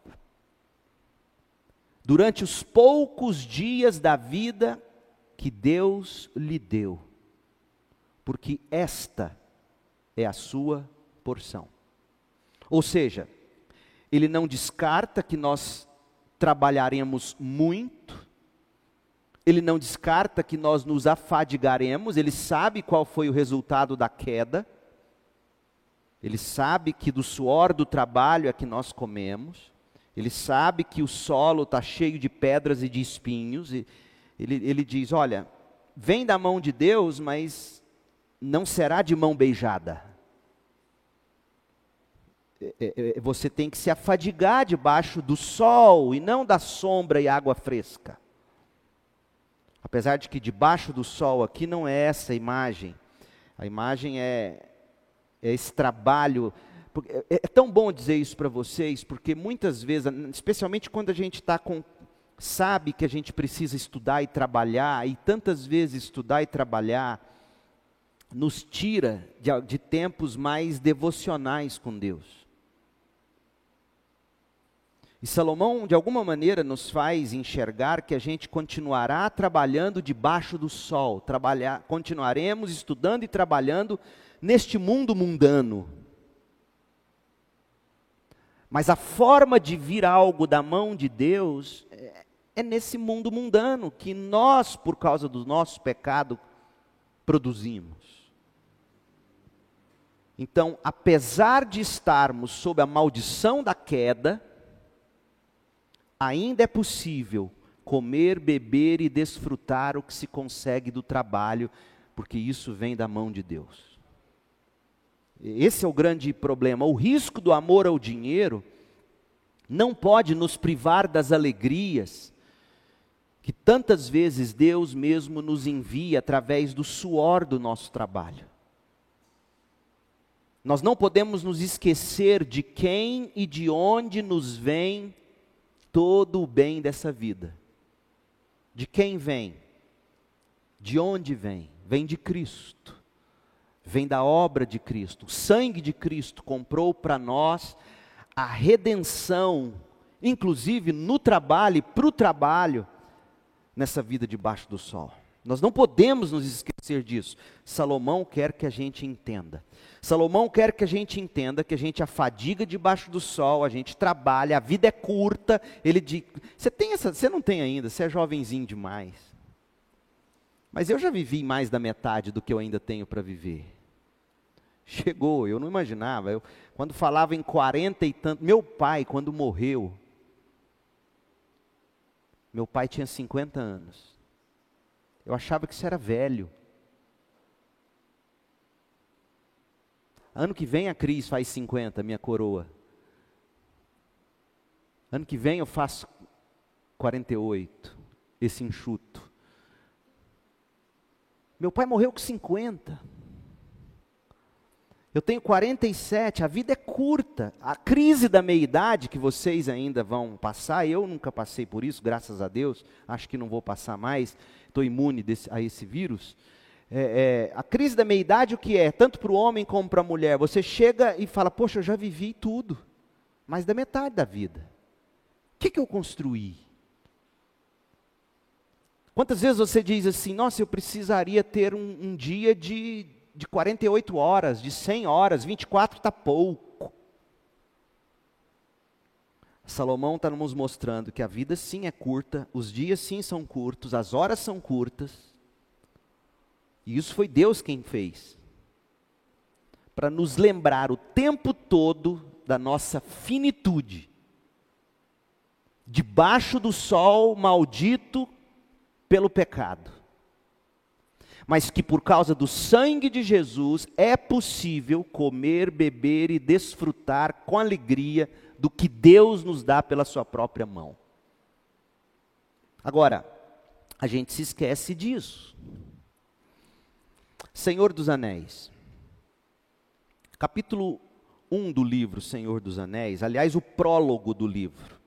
durante os poucos dias da vida que Deus lhe deu, porque esta é a sua porção. Ou seja, ele não descarta que nós trabalharemos muito, ele não descarta que nós nos afadigaremos, ele sabe qual foi o resultado da queda, ele sabe que do suor do trabalho é que nós comemos, ele sabe que o solo está cheio de pedras e de espinhos, e ele diz, olha, vem da mão de Deus, mas não será de mão beijada. Você tem que se afadigar debaixo do sol e não da sombra e água fresca. Apesar de que debaixo do sol aqui não é essa a imagem é esse trabalho. É tão bom dizer isso para vocês, porque muitas vezes, especialmente quando a gente sabe que a gente precisa estudar e trabalhar, e tantas vezes estudar e trabalhar nos tira de tempos mais devocionais com Deus. E Salomão, de alguma maneira, nos faz enxergar que a gente continuará trabalhando debaixo do sol, continuaremos estudando e trabalhando neste mundo mundano. Mas a forma de vir algo da mão de Deus é nesse mundo mundano, que nós, por causa do nosso pecado, produzimos. Então, apesar de estarmos sob a maldição da queda, ainda é possível comer, beber e desfrutar o que se consegue do trabalho, porque isso vem da mão de Deus. Esse é o grande problema. O risco do amor ao dinheiro não pode nos privar das alegrias que tantas vezes Deus mesmo nos envia através do suor do nosso trabalho. Nós não podemos nos esquecer de quem e de onde nos vem todo o bem dessa vida. De quem vem? De onde vem? Vem de Cristo. Vem da obra de Cristo. O sangue de Cristo comprou para nós a redenção, inclusive no trabalho e para o trabalho, nessa vida debaixo do sol. Nós não podemos nos esquecer disso. Salomão quer que a gente entenda. Salomão quer que a gente entenda que a gente afadiga debaixo do sol, a gente trabalha, a vida é curta. Ele diz, você não tem ainda, você é jovenzinho demais. Mas eu já vivi mais da metade do que eu ainda tenho para viver. Chegou, eu não imaginava. Quando falava em 40 e tanto, meu pai, quando morreu, meu pai tinha 50 anos. Eu achava que isso era velho. Ano que vem a Cris faz 50, minha coroa. Ano que vem eu faço 48, esse enxuto. Meu pai morreu com 50. Eu tenho 47, a vida é curta. A crise da meia-idade que vocês ainda vão passar, eu nunca passei por isso, graças a Deus, acho que não vou passar mais, estou imune a esse vírus. A crise da meia-idade o que é? Tanto para o homem como para a mulher, você chega e fala, poxa, eu já vivi tudo, mais da metade da vida. O que eu construí? Quantas vezes você diz assim, nossa, eu precisaria ter um dia de 48 horas, de 100 horas, 24 está pouco. Salomão está nos mostrando que a vida sim é curta, os dias sim são curtos, as horas são curtas. E isso foi Deus quem fez. Para nos lembrar o tempo todo da nossa finitude, debaixo do sol maldito pelo pecado, mas que por causa do sangue de Jesus é possível comer, beber e desfrutar com alegria do que Deus nos dá pela sua própria mão. Agora, a gente se esquece disso. Senhor dos Anéis, capítulo 1 do livro Senhor dos Anéis, aliás, o prólogo do livro,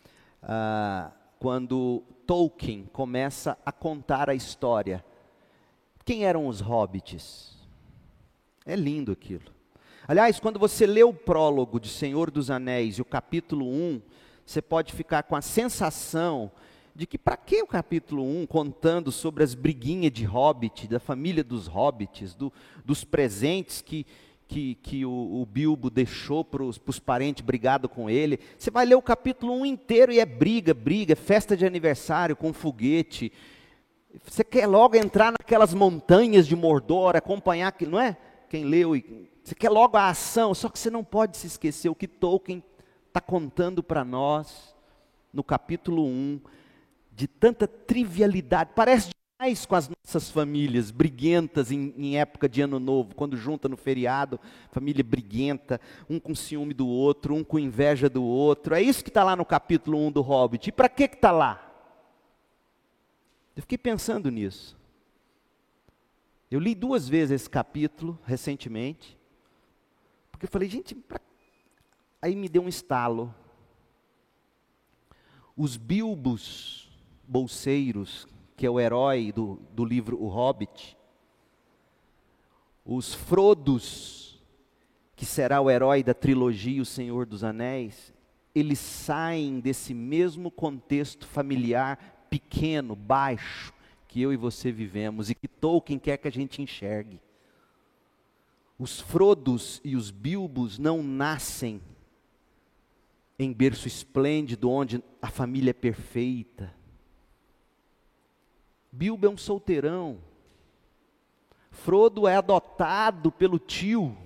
quando Tolkien começa a contar a história. Quem eram os hobbits? É lindo aquilo. Aliás, quando você lê o prólogo de Senhor dos Anéis e o capítulo 1, você pode ficar com a sensação de que para que o capítulo 1 contando sobre as briguinhas de hobbit, da família dos hobbits, dos presentes que o Bilbo deixou para os parentes brigados com ele. Você vai ler o capítulo 1 inteiro e é briga, festa de aniversário com foguete. Você quer logo entrar naquelas montanhas de Mordor, acompanhar, não é? Quem leu, você quer logo a ação, só que você não pode se esquecer o que Tolkien está contando para nós no capítulo 1, de tanta trivialidade, parece demais com as nossas famílias briguentas em época de ano novo, quando junta no feriado, família briguenta, um com ciúme do outro, um com inveja do outro. É isso que está lá no capítulo 1 do Hobbit. E para que está lá? Eu fiquei pensando nisso. Eu li 2 vezes esse capítulo recentemente, porque eu falei, gente, aí me deu um estalo. Os Bilbos bolseiros, que é o herói do livro O Hobbit, os Frodos, que será o herói da trilogia O Senhor dos Anéis, eles saem desse mesmo contexto familiar pequeno, baixo, que eu e você vivemos e que Tolkien quer que a gente enxergue. Os Frodos e os Bilbos não nascem em berço esplêndido, onde a família é perfeita. Bilbo é um solteirão. Frodo é adotado pelo tio.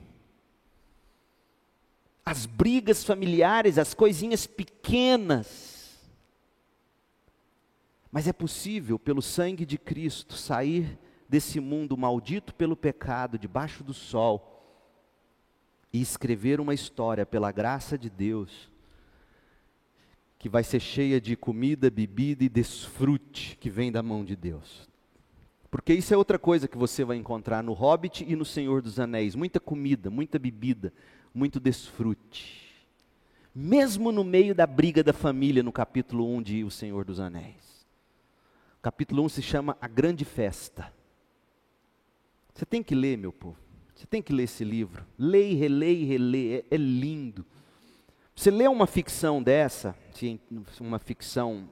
As brigas familiares, as coisinhas pequenas. Mas é possível, pelo sangue de Cristo, sair desse mundo maldito pelo pecado, debaixo do sol, e escrever uma história pela graça de Deus, que vai ser cheia de comida, bebida e desfrute que vem da mão de Deus. Porque isso é outra coisa que você vai encontrar no Hobbit e no Senhor dos Anéis. Muita comida, muita bebida, muito desfrute. Mesmo no meio da briga da família, no capítulo 1 de O Senhor dos Anéis. O capítulo 1 se chama A Grande Festa. Você tem que ler, meu povo. Você tem que ler esse livro. Lê e relê. É lindo. Você lê uma ficção dessa, uma ficção,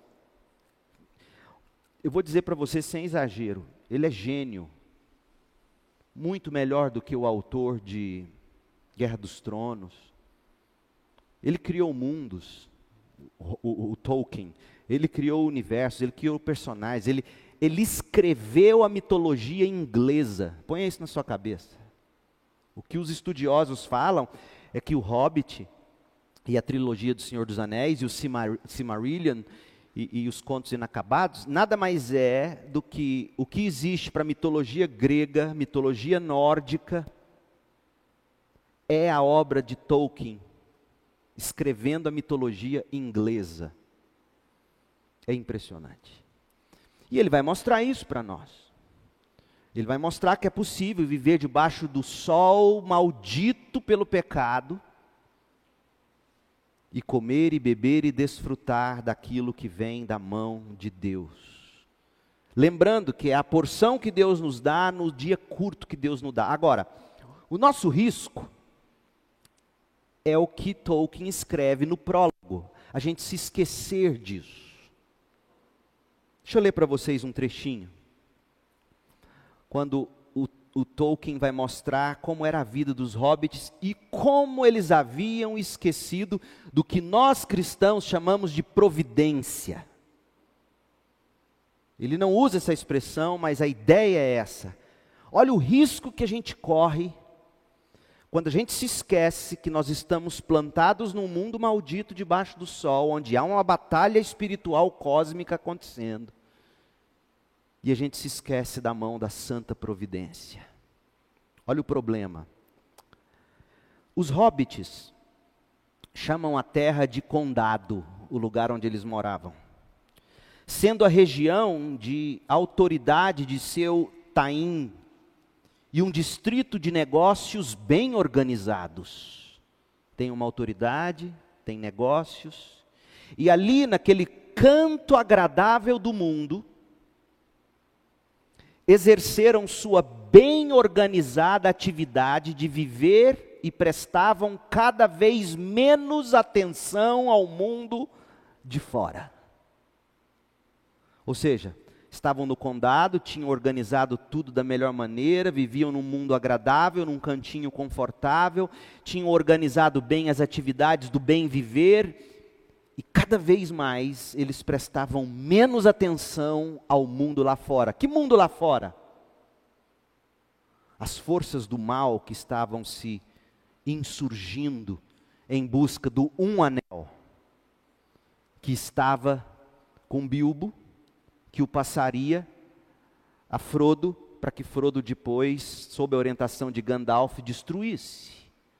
eu vou dizer para você sem exagero, ele é gênio, muito melhor do que o autor de Guerra dos Tronos. Ele criou mundos, o Tolkien, ele criou universos, ele criou personagens, ele escreveu a mitologia inglesa. Ponha isso na sua cabeça. O que os estudiosos falam é que o Hobbit e a trilogia do Senhor dos Anéis, e o Silmarillion, e os contos inacabados, nada mais é do que o que existe para a mitologia grega, mitologia nórdica, é a obra de Tolkien, escrevendo a mitologia inglesa. É impressionante. E ele vai mostrar isso para nós. Ele vai mostrar que é possível viver debaixo do sol maldito pelo pecado, e comer e beber e desfrutar daquilo que vem da mão de Deus. Lembrando que é a porção que Deus nos dá no dia curto que Deus nos dá. Agora, o nosso risco é o que Tolkien escreve no prólogo, a gente se esquecer disso. Deixa eu ler para vocês um trechinho. Quando o Tolkien vai mostrar como era a vida dos hobbits e como eles haviam esquecido do que nós cristãos chamamos de providência. Ele não usa essa expressão, mas a ideia é essa. Olha o risco que a gente corre Quando a gente se esquece que nós estamos plantados num mundo maldito debaixo do sol, onde há uma batalha espiritual cósmica acontecendo, e a gente se esquece da mão da santa providência. Olha o problema. Os hobbits chamam a terra de condado, o lugar onde eles moravam, sendo a região de autoridade de seu Taim, e um distrito de negócios bem organizados. Tem uma autoridade, tem negócios, e ali naquele canto agradável do mundo, exerceram sua bem organizada atividade de viver e prestavam cada vez menos atenção ao mundo de fora. Ou seja, estavam no condado, tinham organizado tudo da melhor maneira, viviam num mundo agradável, num cantinho confortável, tinham organizado bem as atividades do bem viver, e cada vez mais eles prestavam menos atenção ao mundo lá fora. Que mundo lá fora? As forças do mal que estavam se insurgindo em busca do um anel, que estava com Bilbo, que o passaria a Frodo, para que Frodo depois, sob a orientação de Gandalf, destruísse.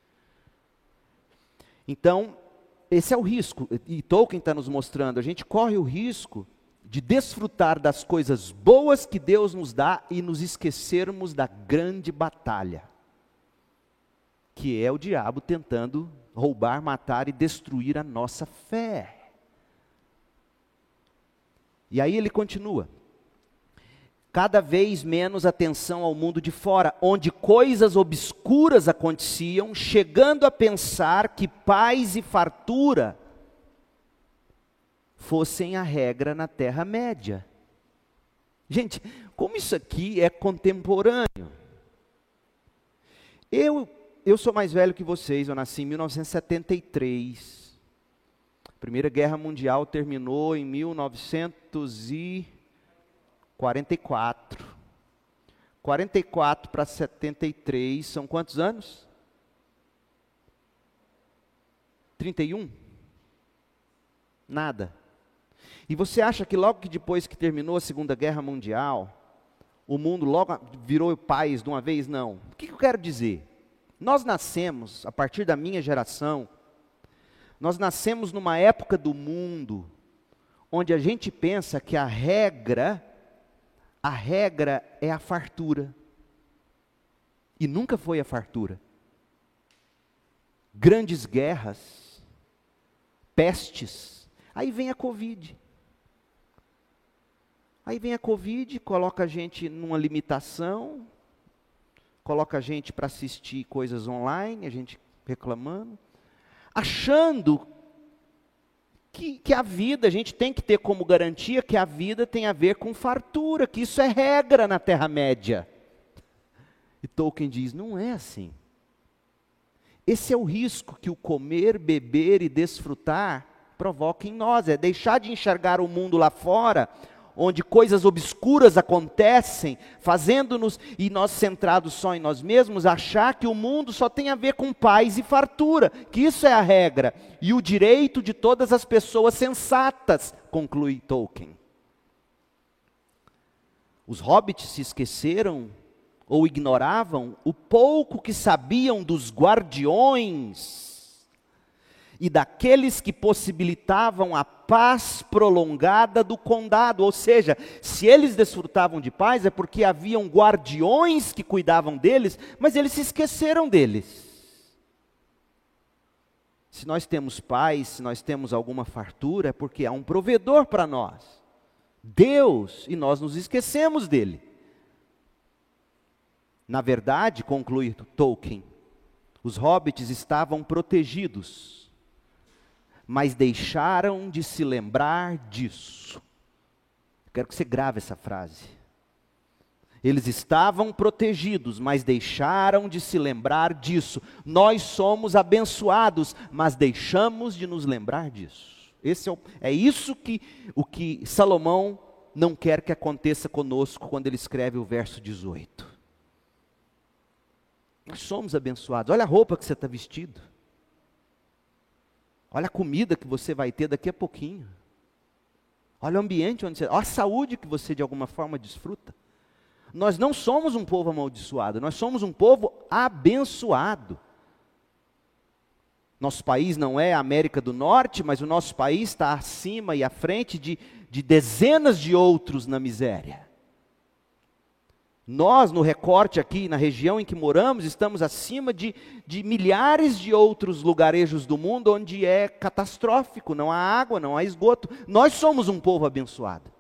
Então, esse é o risco, e Tolkien está nos mostrando, a gente corre o risco de desfrutar das coisas boas que Deus nos dá e nos esquecermos da grande batalha, que é o diabo tentando roubar, matar e destruir a nossa fé. E aí ele continua, cada vez menos atenção ao mundo de fora, onde coisas obscuras aconteciam, chegando a pensar que paz e fartura fossem a regra na Terra-média. Gente, como isso aqui é contemporâneo. Eu sou mais velho que vocês, eu nasci em 1973. A Primeira Guerra Mundial terminou em 1944. 44 para 73, são quantos anos? 31? Nada. E você acha que logo que depois que terminou a Segunda Guerra Mundial, o mundo logo virou paz de uma vez? Não. O que eu quero dizer? Nós nascemos, a partir da minha geração, nós nascemos numa época do mundo onde a gente pensa que a regra é a fartura. E nunca foi a fartura. Grandes guerras, pestes, aí vem a Covid. Aí vem a Covid, coloca a gente numa limitação, coloca a gente para assistir coisas online, a gente reclamando, achando que a vida, a gente tem que ter como garantia que a vida tem a ver com fartura, que isso é regra na Terra-média. E Tolkien diz, não é assim. Esse é o risco que o comer, beber e desfrutar provoca em nós, é deixar de enxergar o mundo lá fora, onde coisas obscuras acontecem, fazendo-nos, e nós centrados só em nós mesmos, achar que o mundo só tem a ver com paz e fartura, que isso é a regra, e o direito de todas as pessoas sensatas, conclui Tolkien. Os hobbits se esqueceram, ou ignoravam, o pouco que sabiam dos guardiões, e daqueles que possibilitavam a paz prolongada do condado. Ou seja, se eles desfrutavam de paz, é porque haviam guardiões que cuidavam deles, mas eles se esqueceram deles. Se nós temos paz, se nós temos alguma fartura, é porque há um provedor para nós, Deus, e nós nos esquecemos dele. Na verdade, conclui Tolkien, os hobbits estavam protegidos, mas deixaram de se lembrar disso. Quero que você grave essa frase. Eles estavam protegidos, mas deixaram de se lembrar disso. Nós somos abençoados, mas deixamos de nos lembrar disso. É isso o que Salomão não quer que aconteça conosco quando ele escreve o verso 18. Nós somos abençoados. Olha a roupa que você está vestido. Olha a comida que você vai ter daqui a pouquinho. Olha o ambiente onde você... Olha a saúde que você de alguma forma desfruta. Nós não somos um povo amaldiçoado, nós somos um povo abençoado. Nosso país não é a América do Norte, mas o nosso país está acima e à frente de dezenas de outros na miséria. Nós, no recorte aqui, na região em que moramos, estamos acima de milhares de outros lugarejos do mundo onde é catastrófico, não há água, não há esgoto. Nós somos um povo abençoado.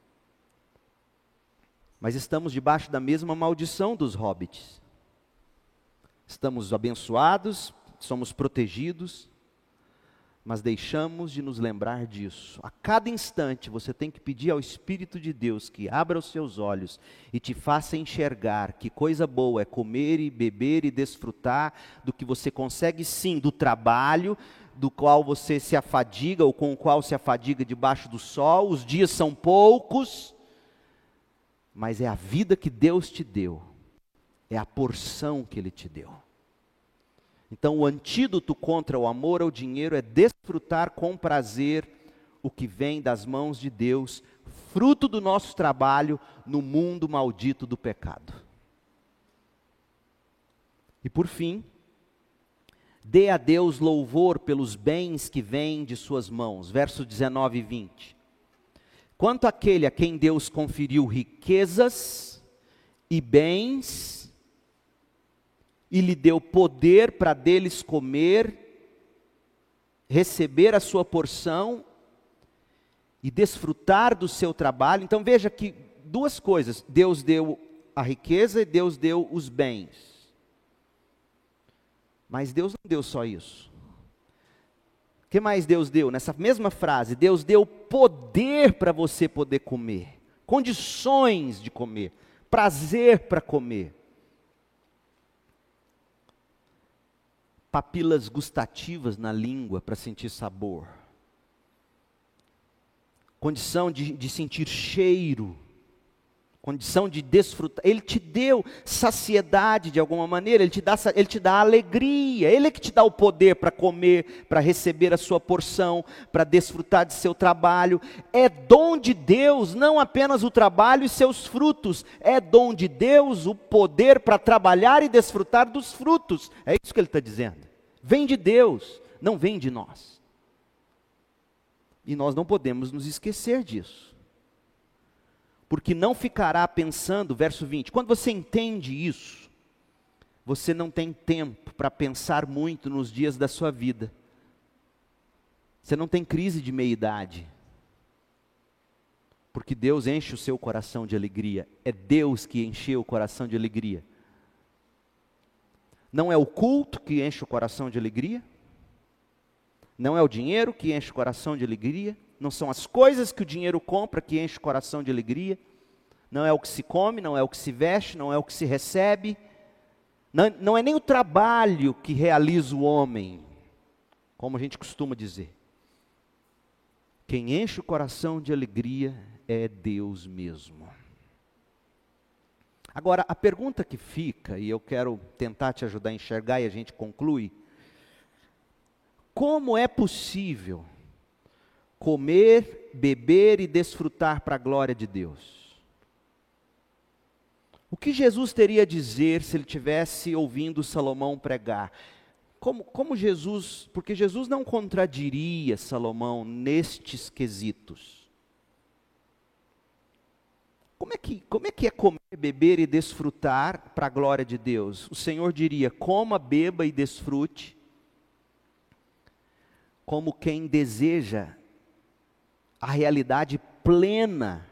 Mas estamos debaixo da mesma maldição dos hobbits. Estamos abençoados, somos protegidos, mas deixamos de nos lembrar disso. A cada instante você tem que pedir ao Espírito de Deus que abra os seus olhos e te faça enxergar que coisa boa é comer e beber e desfrutar do que você consegue sim, do trabalho, do qual você se afadiga ou com o qual se afadiga debaixo do sol. Os dias são poucos, mas é a vida que Deus te deu, é a porção que Ele te deu. Então o antídoto contra o amor ao dinheiro é desfrutar com prazer o que vem das mãos de Deus, fruto do nosso trabalho no mundo maldito do pecado. E por fim, dê a Deus louvor pelos bens que vêm de suas mãos, versos 19 e 20. Quanto àquele a quem Deus conferiu riquezas e bens, e lhe deu poder para deles comer, receber a sua porção e desfrutar do seu trabalho. Então veja que duas coisas, Deus deu a riqueza e Deus deu os bens. Mas Deus não deu só isso. O que mais Deus deu? Nessa mesma frase, Deus deu poder para você poder comer, condições de comer, prazer para comer. Papilas gustativas na língua para sentir sabor. Condição de sentir cheiro. Condição de desfrutar. Ele te deu saciedade de alguma maneira, Ele te dá alegria. Ele é que te dá o poder para comer, para receber a sua porção, para desfrutar de seu trabalho. É dom de Deus, não apenas o trabalho e seus frutos. É dom de Deus o poder para trabalhar e desfrutar dos frutos. É isso que Ele está dizendo. Vem de Deus, não vem de nós. E nós não podemos nos esquecer disso. Porque não ficará pensando, verso 20, quando você entende isso, você não tem tempo para pensar muito nos dias da sua vida. Você não tem crise de meia-idade. Porque Deus enche o seu coração de alegria. É Deus que encheu o coração de alegria. Não é o culto que enche o coração de alegria. Não é o dinheiro que enche o coração de alegria. Não são as coisas que o dinheiro compra que enche o coração de alegria. Não é o que se come, não é o que se veste, não é o que se recebe. Não é nem o trabalho que realiza o homem, como a gente costuma dizer. Quem enche o coração de alegria é Deus mesmo. Agora, a pergunta que fica, e eu quero tentar te ajudar a enxergar e a gente conclui. Como é possível comer, beber e desfrutar para a glória de Deus? O que Jesus teria a dizer se ele tivesse ouvindo Salomão pregar? Como Jesus, porque Jesus não contradiria Salomão nestes quesitos. Como é que é comer, beber e desfrutar para a glória de Deus? O Senhor diria, coma, beba e desfrute, como quem deseja a realidade plena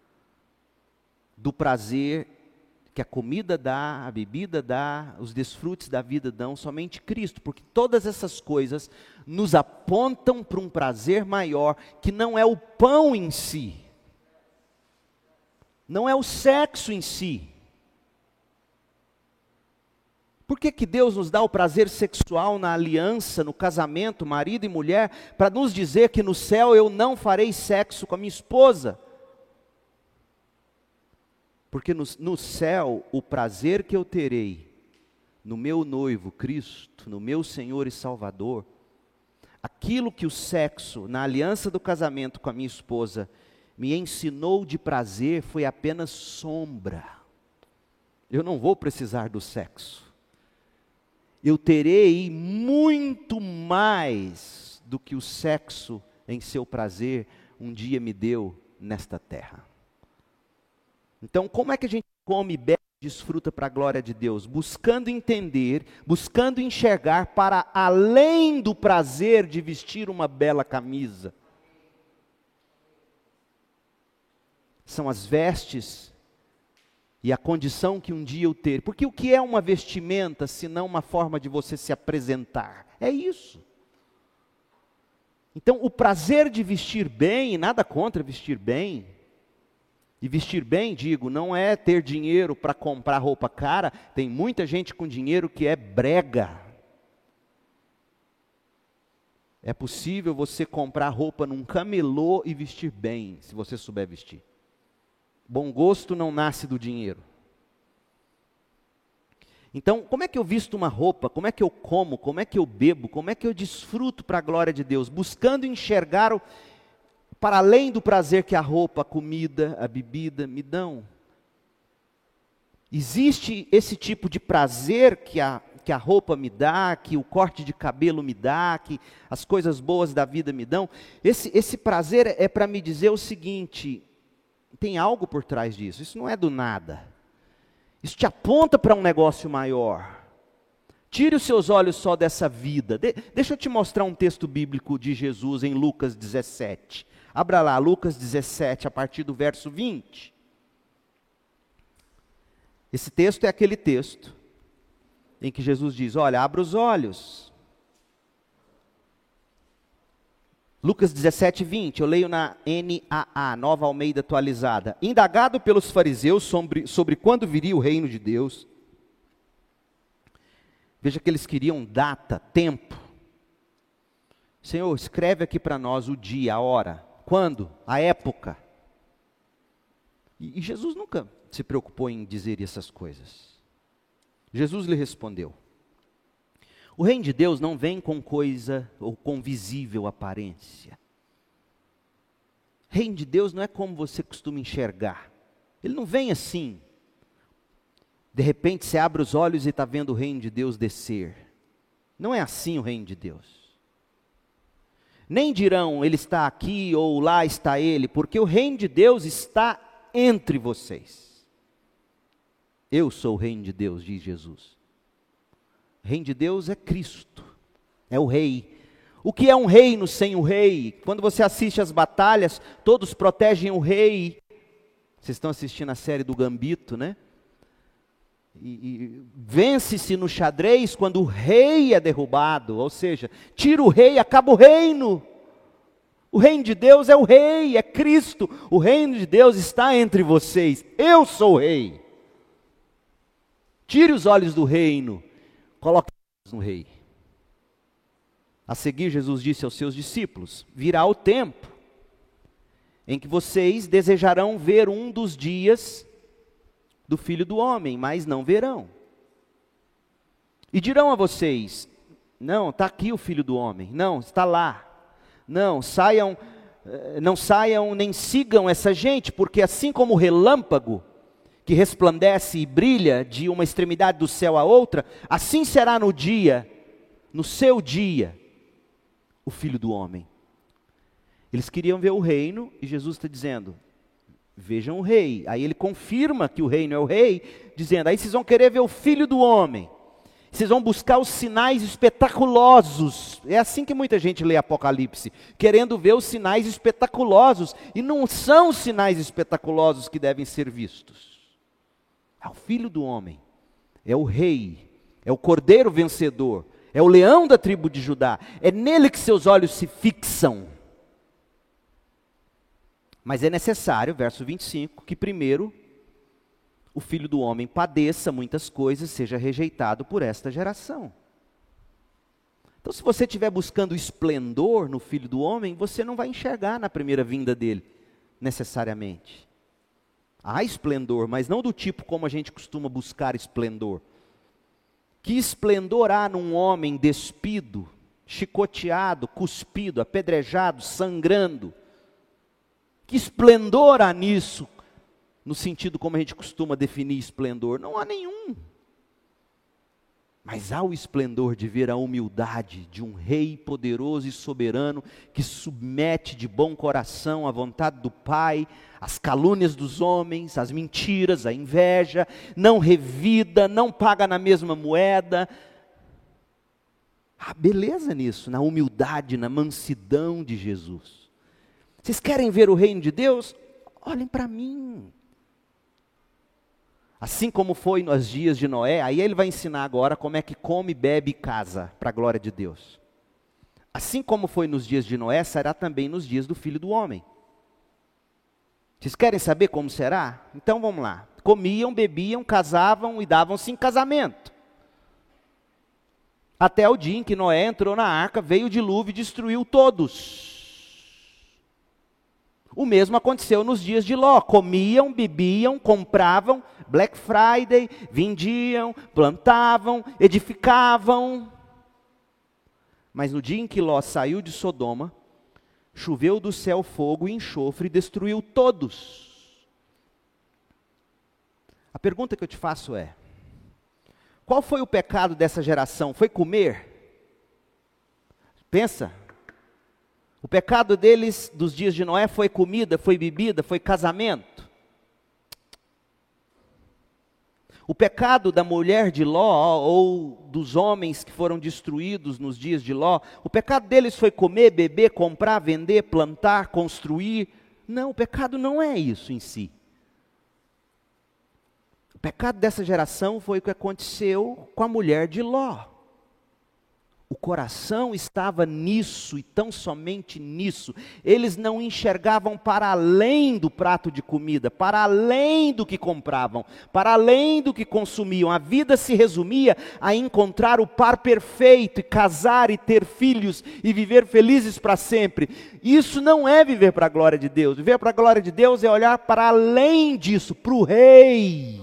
do prazer que a comida dá, a bebida dá, os desfrutes da vida dão, somente Cristo, porque todas essas coisas nos apontam para um prazer maior, que não é o pão em si, não é o sexo em si. Por que Deus nos dá o prazer sexual na aliança, no casamento, marido e mulher, para nos dizer que no céu eu não farei sexo com a minha esposa? Porque no céu, o prazer que eu terei no meu noivo Cristo, no meu Senhor e Salvador, aquilo que o sexo, na aliança do casamento com a minha esposa, me ensinou de prazer foi apenas sombra. Eu não vou precisar do sexo. Eu terei muito mais do que o sexo em seu prazer um dia me deu nesta terra. Então, como é que a gente come, bebe e desfruta para a glória de Deus? Buscando entender, buscando enxergar para além do prazer de vestir uma bela camisa. São as vestes e a condição que um dia eu ter. Porque o que é uma vestimenta, se não uma forma de você se apresentar? É isso. Então, o prazer de vestir bem, e nada contra vestir bem, e vestir bem, digo, não é ter dinheiro para comprar roupa cara. Tem muita gente com dinheiro que é brega. É possível você comprar roupa num camelô e vestir bem, se você souber vestir. Bom gosto não nasce do dinheiro. Então, como é que eu visto uma roupa? Como é que eu como? Como é que eu bebo? Como é que eu desfruto para a glória de Deus? Buscando enxergar para além do prazer que a roupa, a comida, a bebida me dão. Existe esse tipo de prazer que a roupa me dá, que o corte de cabelo me dá, que as coisas boas da vida me dão. Esse prazer é para me dizer o seguinte: tem algo por trás disso, isso não é do nada. Isso te aponta para um negócio maior. Tire os seus olhos só dessa vida. Deixa eu te mostrar um texto bíblico de Jesus em Lucas 17. Abra lá, Lucas 17, a partir do verso 20. Esse texto é aquele texto em que Jesus diz: olha, abra os olhos. Lucas 17, 20, eu leio na NAA, Nova Almeida Atualizada. Indagado pelos fariseus sobre quando viria o reino de Deus. Veja que eles queriam data, tempo. Senhor, escreve aqui para nós o dia, a hora, quando, a época. E Jesus nunca se preocupou em dizer essas coisas. Jesus lhe respondeu: o reino de Deus não vem com coisa ou com visível aparência. O reino de Deus não é como você costuma enxergar. Ele não vem assim. De repente você abre os olhos e está vendo o reino de Deus descer. Não é assim o reino de Deus. Nem dirão, ele está aqui ou lá está ele, porque o reino de Deus está entre vocês. Eu sou o reino de Deus, diz Jesus. O reino de Deus é Cristo, é o rei. O que é um reino sem o rei? Quando você assiste às batalhas, todos protegem o rei. Vocês estão assistindo a série do Gambito, né? E vence-se no xadrez quando o rei é derrubado, ou seja, tira o rei, acaba o reino. O reino de Deus é o rei, é Cristo. O reino de Deus está entre vocês. Eu sou o rei. Tire os olhos do reino, coloque no rei. A seguir, Jesus disse aos seus discípulos: virá o tempo em que vocês desejarão ver um dos dias do Filho do Homem, mas não verão. E dirão a vocês: não, está aqui o Filho do Homem. Não, está lá. Não saiam nem sigam essa gente, porque assim como o relâmpago que resplandece e brilha de uma extremidade do céu à outra, assim será no dia, no seu dia, o Filho do Homem. Eles queriam ver o reino e Jesus está dizendo: vejam o rei. Aí ele confirma que o reino é o rei, dizendo: aí vocês vão querer ver o Filho do Homem. Vocês vão buscar os sinais espetaculosos. É assim que muita gente lê Apocalipse, querendo ver os sinais espetaculosos. E não são os sinais espetaculosos que devem ser vistos. É o Filho do Homem, é o rei, é o cordeiro vencedor, é o leão da tribo de Judá. É nele que seus olhos se fixam. Mas é necessário, verso 25, que primeiro o Filho do Homem padeça muitas coisas, seja rejeitado por esta geração. Então, se você estiver buscando esplendor no Filho do Homem, você não vai enxergar na primeira vinda dele, necessariamente. Há esplendor, mas não do tipo como a gente costuma buscar esplendor. Que esplendor há num homem despido, chicoteado, cuspido, apedrejado, sangrando? Que esplendor há nisso, no sentido como a gente costuma definir esplendor? Não há nenhum. Mas há o esplendor de ver a humildade de um rei poderoso e soberano, que submete de bom coração à vontade do Pai, as calúnias dos homens, as mentiras, a inveja, não revida, não paga na mesma moeda. Há beleza nisso, na humildade, na mansidão de Jesus. Vocês querem ver o reino de Deus? Olhem para mim. Assim como foi nos dias de Noé, aí ele vai ensinar agora como é que come, bebe e casa, para a glória de Deus. Assim como foi nos dias de Noé, será também nos dias do Filho do Homem. Vocês querem saber como será? Então vamos lá. Comiam, bebiam, casavam e davam-se em casamento. Até o dia em que Noé entrou na arca, veio o dilúvio e destruiu todos. O mesmo aconteceu nos dias de Ló. Comiam, bebiam, compravam, Black Friday, vendiam, plantavam, edificavam. Mas no dia em que Ló saiu de Sodoma, choveu do céu fogo e enxofre e destruiu todos. A pergunta que eu te faço é: qual foi o pecado dessa geração? Foi comer? Pensa. O pecado deles, dos dias de Noé, foi comida, foi bebida, foi casamento. O pecado da mulher de Ló, ou dos homens que foram destruídos nos dias de Ló, o pecado deles foi comer, beber, comprar, vender, plantar, construir. Não, o pecado não é isso em si. O pecado dessa geração foi o que aconteceu com a mulher de Ló. O coração estava nisso e tão somente nisso. Eles não enxergavam para além do prato de comida, para além do que compravam, para além do que consumiam. A vida se resumia a encontrar o par perfeito, e casar e ter filhos e viver felizes para sempre. Isso não é viver para a glória de Deus. Viver para a glória de Deus é olhar para além disso, para o Rei.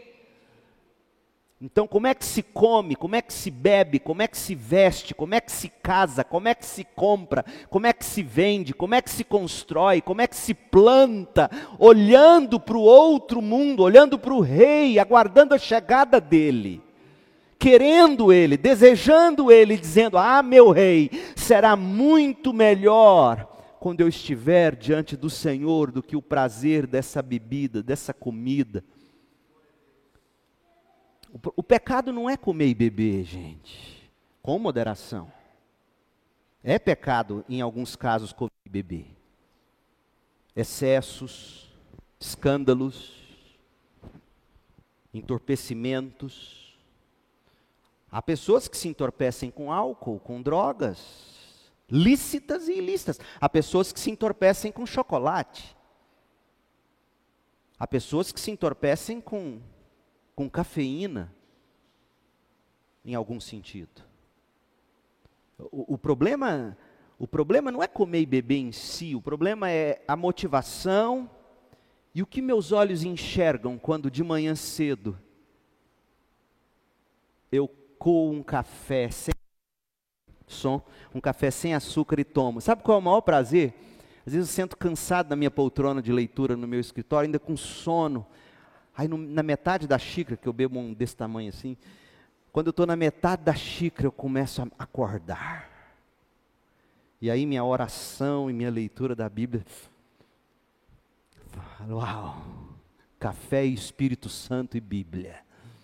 Então, como é que se come, como é que se bebe, como é que se veste, como é que se casa, como é que se compra, como é que se vende, como é que se constrói, como é que se planta, olhando para o outro mundo, olhando para o Rei, aguardando a chegada dele, querendo ele, desejando ele, dizendo: ah, meu Rei, será muito melhor quando eu estiver diante do Senhor do que o prazer dessa bebida, dessa comida. O pecado não é comer e beber, gente, com moderação. É pecado, em alguns casos, comer e beber. Excessos, escândalos, entorpecimentos. Há pessoas que se entorpecem com álcool, com drogas, lícitas e ilícitas. Há pessoas que se entorpecem com chocolate. Há pessoas que se entorpecem com cafeína, em algum sentido. O problema não é comer e beber em si, o problema é a motivação e o que meus olhos enxergam quando de manhã cedo eu coo um café sem açúcar e tomo. Sabe qual é o maior prazer? Às vezes eu sento cansado na minha poltrona de leitura no meu escritório, ainda com sono. Aí na metade da xícara, que eu bebo um desse tamanho assim, quando eu estou na metade da xícara, eu começo a acordar. E aí minha oração e minha leitura da Bíblia, uau, café e Espírito Santo e Bíblia.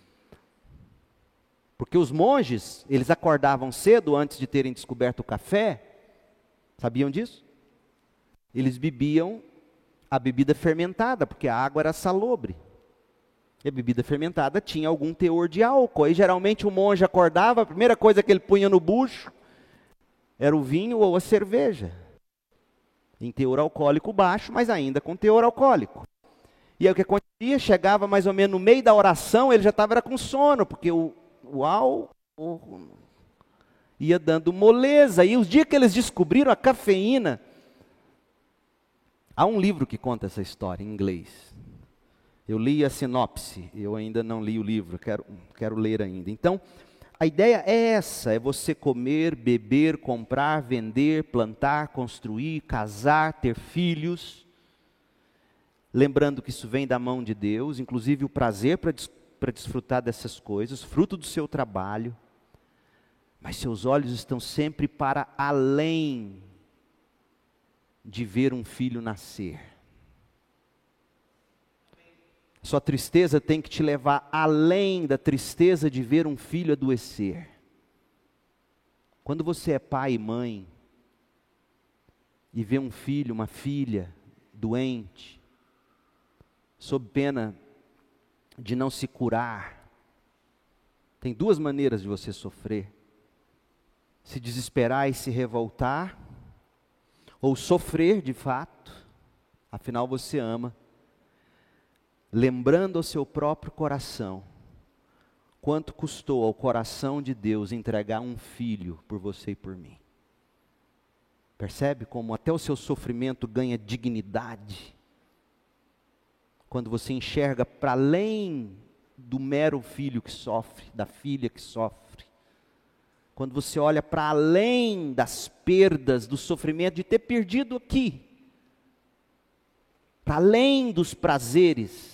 Porque os monges, eles acordavam cedo antes de terem descoberto o café, sabiam disso? Eles bebiam a bebida fermentada, porque a água era salobre. E a bebida fermentada tinha algum teor de álcool. Aí geralmente o monge acordava, a primeira coisa que ele punha no bucho era o vinho ou a cerveja. Em teor alcoólico baixo, mas ainda com teor alcoólico. E aí o que acontecia? Chegava mais ou menos no meio da oração, ele já estava com sono, porque o álcool ia dando moleza. E os dias que eles descobriram a cafeína, há um livro que conta essa história em inglês. Eu li a sinopse, eu ainda não li o livro, quero ler ainda. Então, A ideia é essa, é você comer, beber, comprar, vender, plantar, construir, casar, ter filhos. Lembrando que isso vem da mão de Deus, inclusive o prazer para desfrutar dessas coisas, fruto do seu trabalho. Mas seus olhos estão sempre para além de ver um filho nascer. Sua tristeza tem que te levar além da tristeza de ver um filho adoecer. Quando você é pai e mãe, e vê um filho, uma filha doente, sob pena de não se curar, tem duas maneiras de você sofrer: se desesperar e se revoltar, ou sofrer de fato, afinal você ama, lembrando ao seu próprio coração quanto custou ao coração de Deus entregar um filho por você e por mim. Percebe como até o seu sofrimento ganha dignidade? Quando você enxerga para além do mero filho que sofre, da filha que sofre. Quando você olha para além das perdas, do sofrimento de ter perdido aqui. Para além dos prazeres.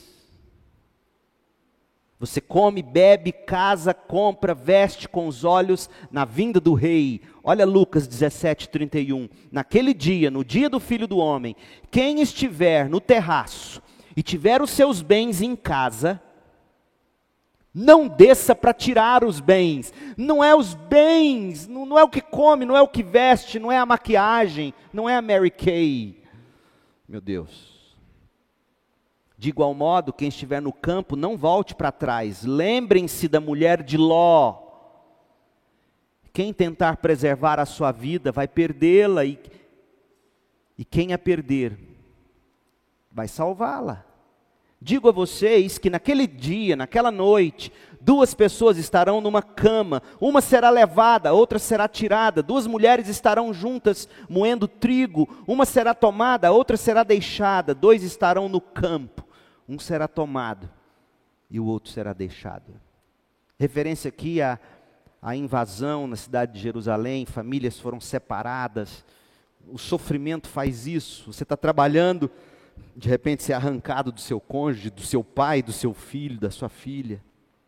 Você come, bebe, casa, compra, veste com os olhos na vinda do rei. Olha Lucas 17:31. Naquele dia, no dia do Filho do Homem, quem estiver no terraço e tiver os seus bens em casa, não desça para tirar os bens. Não é os bens, não é o que come, não é o que veste, não é a maquiagem, não é a Mary Kay. Meu Deus. De igual modo, quem estiver no campo, não volte para trás. Lembrem-se da mulher de Ló. Quem tentar preservar a sua vida, vai perdê-la. E quem a perder, vai salvá-la. Digo a vocês que naquele dia, naquela noite, duas pessoas estarão numa cama. Uma será levada, a outra será tirada. Duas mulheres estarão juntas, moendo trigo. Uma será tomada, a outra será deixada. Dois estarão no campo. Um será tomado e o outro será deixado. Referência aqui à invasão na cidade de Jerusalém, famílias foram separadas. O sofrimento faz isso. Você está trabalhando, de repente você é arrancado do seu cônjuge, do seu pai, do seu filho, da sua filha.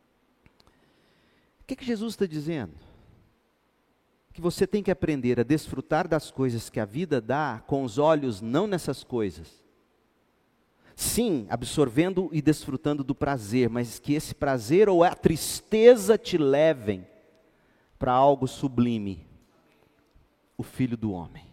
O que Jesus está dizendo? Que você tem que aprender a desfrutar das coisas que a vida dá com os olhos não nessas coisas. Sim, absorvendo e desfrutando do prazer, mas que esse prazer ou a tristeza te levem para algo sublime, o Filho do Homem.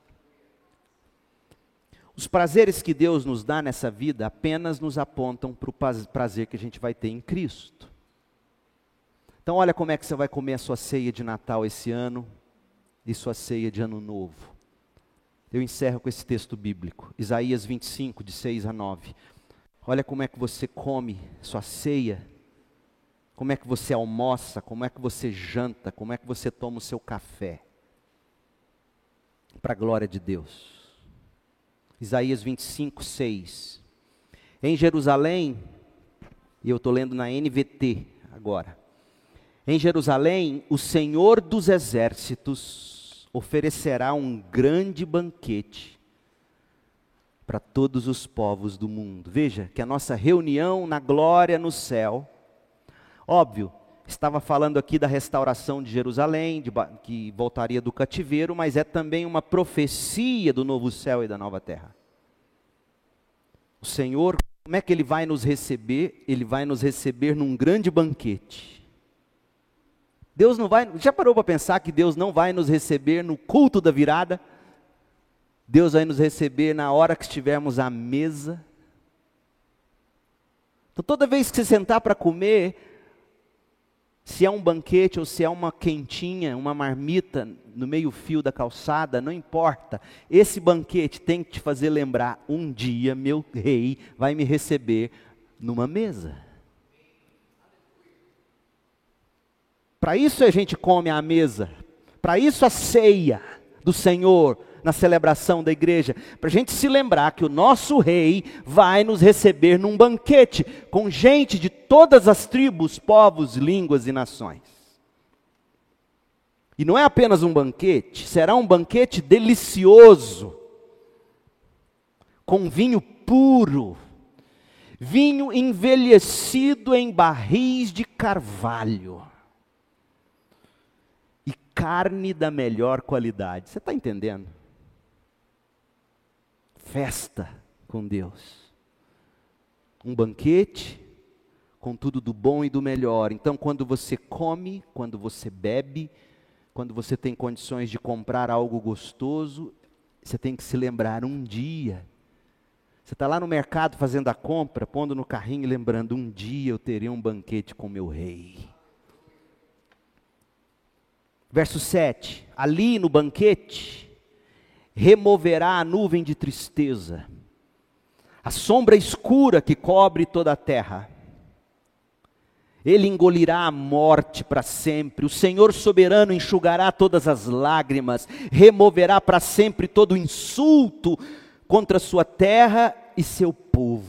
Os prazeres que Deus nos dá nessa vida apenas nos apontam para o prazer que a gente vai ter em Cristo. Então olha como é que você vai comer a sua ceia de Natal esse ano e sua ceia de Ano Novo. Eu encerro com esse texto bíblico, Isaías 25, de 6 a 9. Olha como é que você come sua ceia, como é que você almoça, como é que você janta, como é que você toma o seu café. Para a glória de Deus. Isaías 25, 6. Em Jerusalém, e eu estou lendo na NVT agora. Em Jerusalém, o Senhor dos Exércitos oferecerá um grande banquete para todos os povos do mundo. Veja que a nossa reunião na glória no céu, óbvio, estava falando aqui da restauração de Jerusalém, que voltaria do cativeiro, mas é também uma profecia do novo céu e da nova terra. O Senhor, como é que Ele vai nos receber? Ele vai nos receber num grande banquete. Deus não vai, já parou para pensar que Deus não vai nos receber no culto da virada? Deus vai nos receber na hora que estivermos à mesa. Então toda vez que você sentar para comer, se é um banquete ou se é uma quentinha, uma marmita no meio-fio da calçada, não importa. Esse banquete tem que te fazer lembrar, um dia meu rei vai me receber numa mesa. Para isso a gente come à mesa, para isso a ceia do Senhor na celebração da igreja, para a gente se lembrar que o nosso rei vai nos receber num banquete, com gente de todas as tribos, povos, línguas e nações. E não é apenas um banquete, será um banquete delicioso, com vinho puro, vinho envelhecido em barris de carvalho, e carne da melhor qualidade. Você está entendendo? Festa com Deus. Um banquete com tudo do bom e do melhor. Então, quando você come, quando você bebe, quando você tem condições de comprar algo gostoso, você tem que se lembrar, um dia, você está lá no mercado fazendo a compra, pondo no carrinho e lembrando, um dia eu terei um banquete com meu rei. Verso 7, ali no banquete, removerá a nuvem de tristeza, a sombra escura que cobre toda a terra. Ele engolirá a morte para sempre. O Senhor soberano enxugará todas as lágrimas, removerá para sempre todo o insulto contra sua terra e seu povo.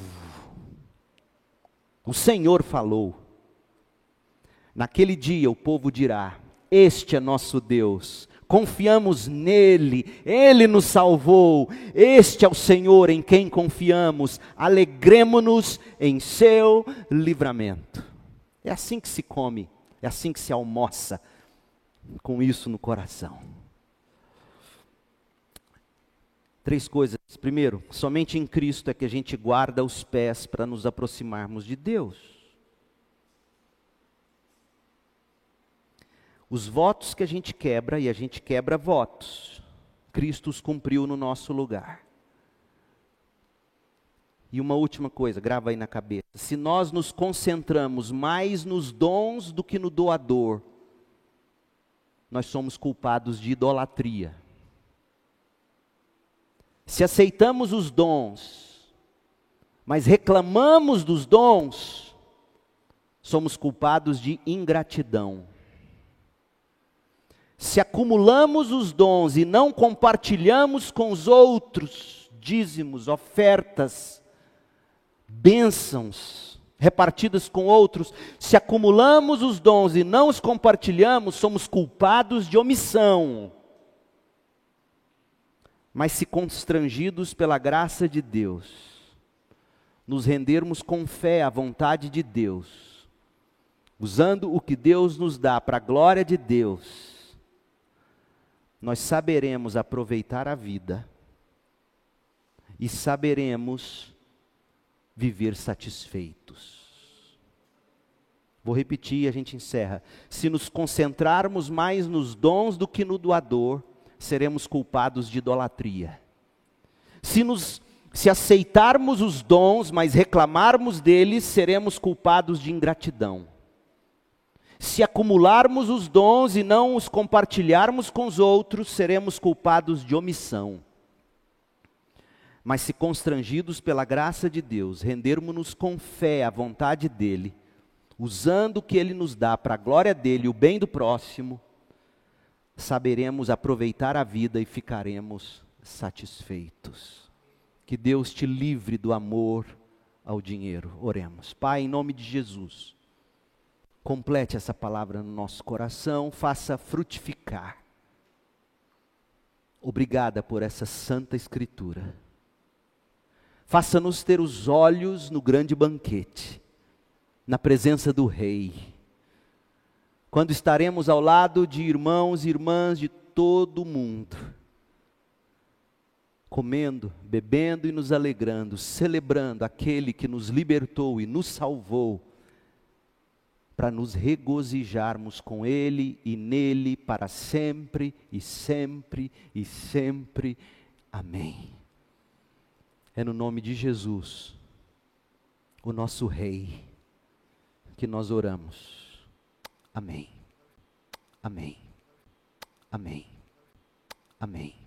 O Senhor falou. Naquele dia o povo dirá: este é nosso Deus, confiamos nele, ele nos salvou, este é o Senhor em quem confiamos, alegremo-nos em seu livramento. É assim que se come, é assim que se almoça, com isso no coração. 3 coisas. Primeiro, somente em Cristo é que a gente guarda os pés para nos aproximarmos de Deus. Os votos que a gente quebra, e a gente quebra votos, Cristo os cumpriu no nosso lugar. E uma última coisa, grava aí na cabeça. Se nós nos concentramos mais nos dons do que no doador, nós somos culpados de idolatria. Se aceitamos os dons, mas reclamamos dos dons, somos culpados de ingratidão. Se acumulamos os dons e não compartilhamos com os outros, dízimos, ofertas, bênçãos repartidas com outros, se acumulamos os dons e não os compartilhamos, somos culpados de omissão. Mas se constrangidos pela graça de Deus, nos rendermos com fé à vontade de Deus, usando o que Deus nos dá para a glória de Deus, nós saberemos aproveitar a vida e saberemos viver satisfeitos. Vou repetir e a gente encerra. Se nos concentrarmos mais nos dons do que no doador, seremos culpados de idolatria. Se aceitarmos os dons, mas reclamarmos deles, seremos culpados de ingratidão. Se acumularmos os dons e não os compartilharmos com os outros, seremos culpados de omissão. Mas se constrangidos pela graça de Deus, rendermos-nos com fé à vontade dEle, usando o que Ele nos dá para a glória dEle, o bem do próximo, saberemos aproveitar a vida e ficaremos satisfeitos. Que Deus te livre do amor ao dinheiro. Oremos. Pai, em nome de Jesus, complete essa palavra no nosso coração, faça frutificar. Obrigada por essa santa escritura. Faça-nos ter os olhos no grande banquete, na presença do Rei. Quando estaremos ao lado de irmãos e irmãs de todo o mundo, comendo, bebendo e nos alegrando, celebrando aquele que nos libertou e nos salvou, para nos regozijarmos com Ele e nele para sempre e sempre e sempre. Amém. É no nome de Jesus, o nosso Rei, que nós oramos. Amém. Amém. Amém. Amém.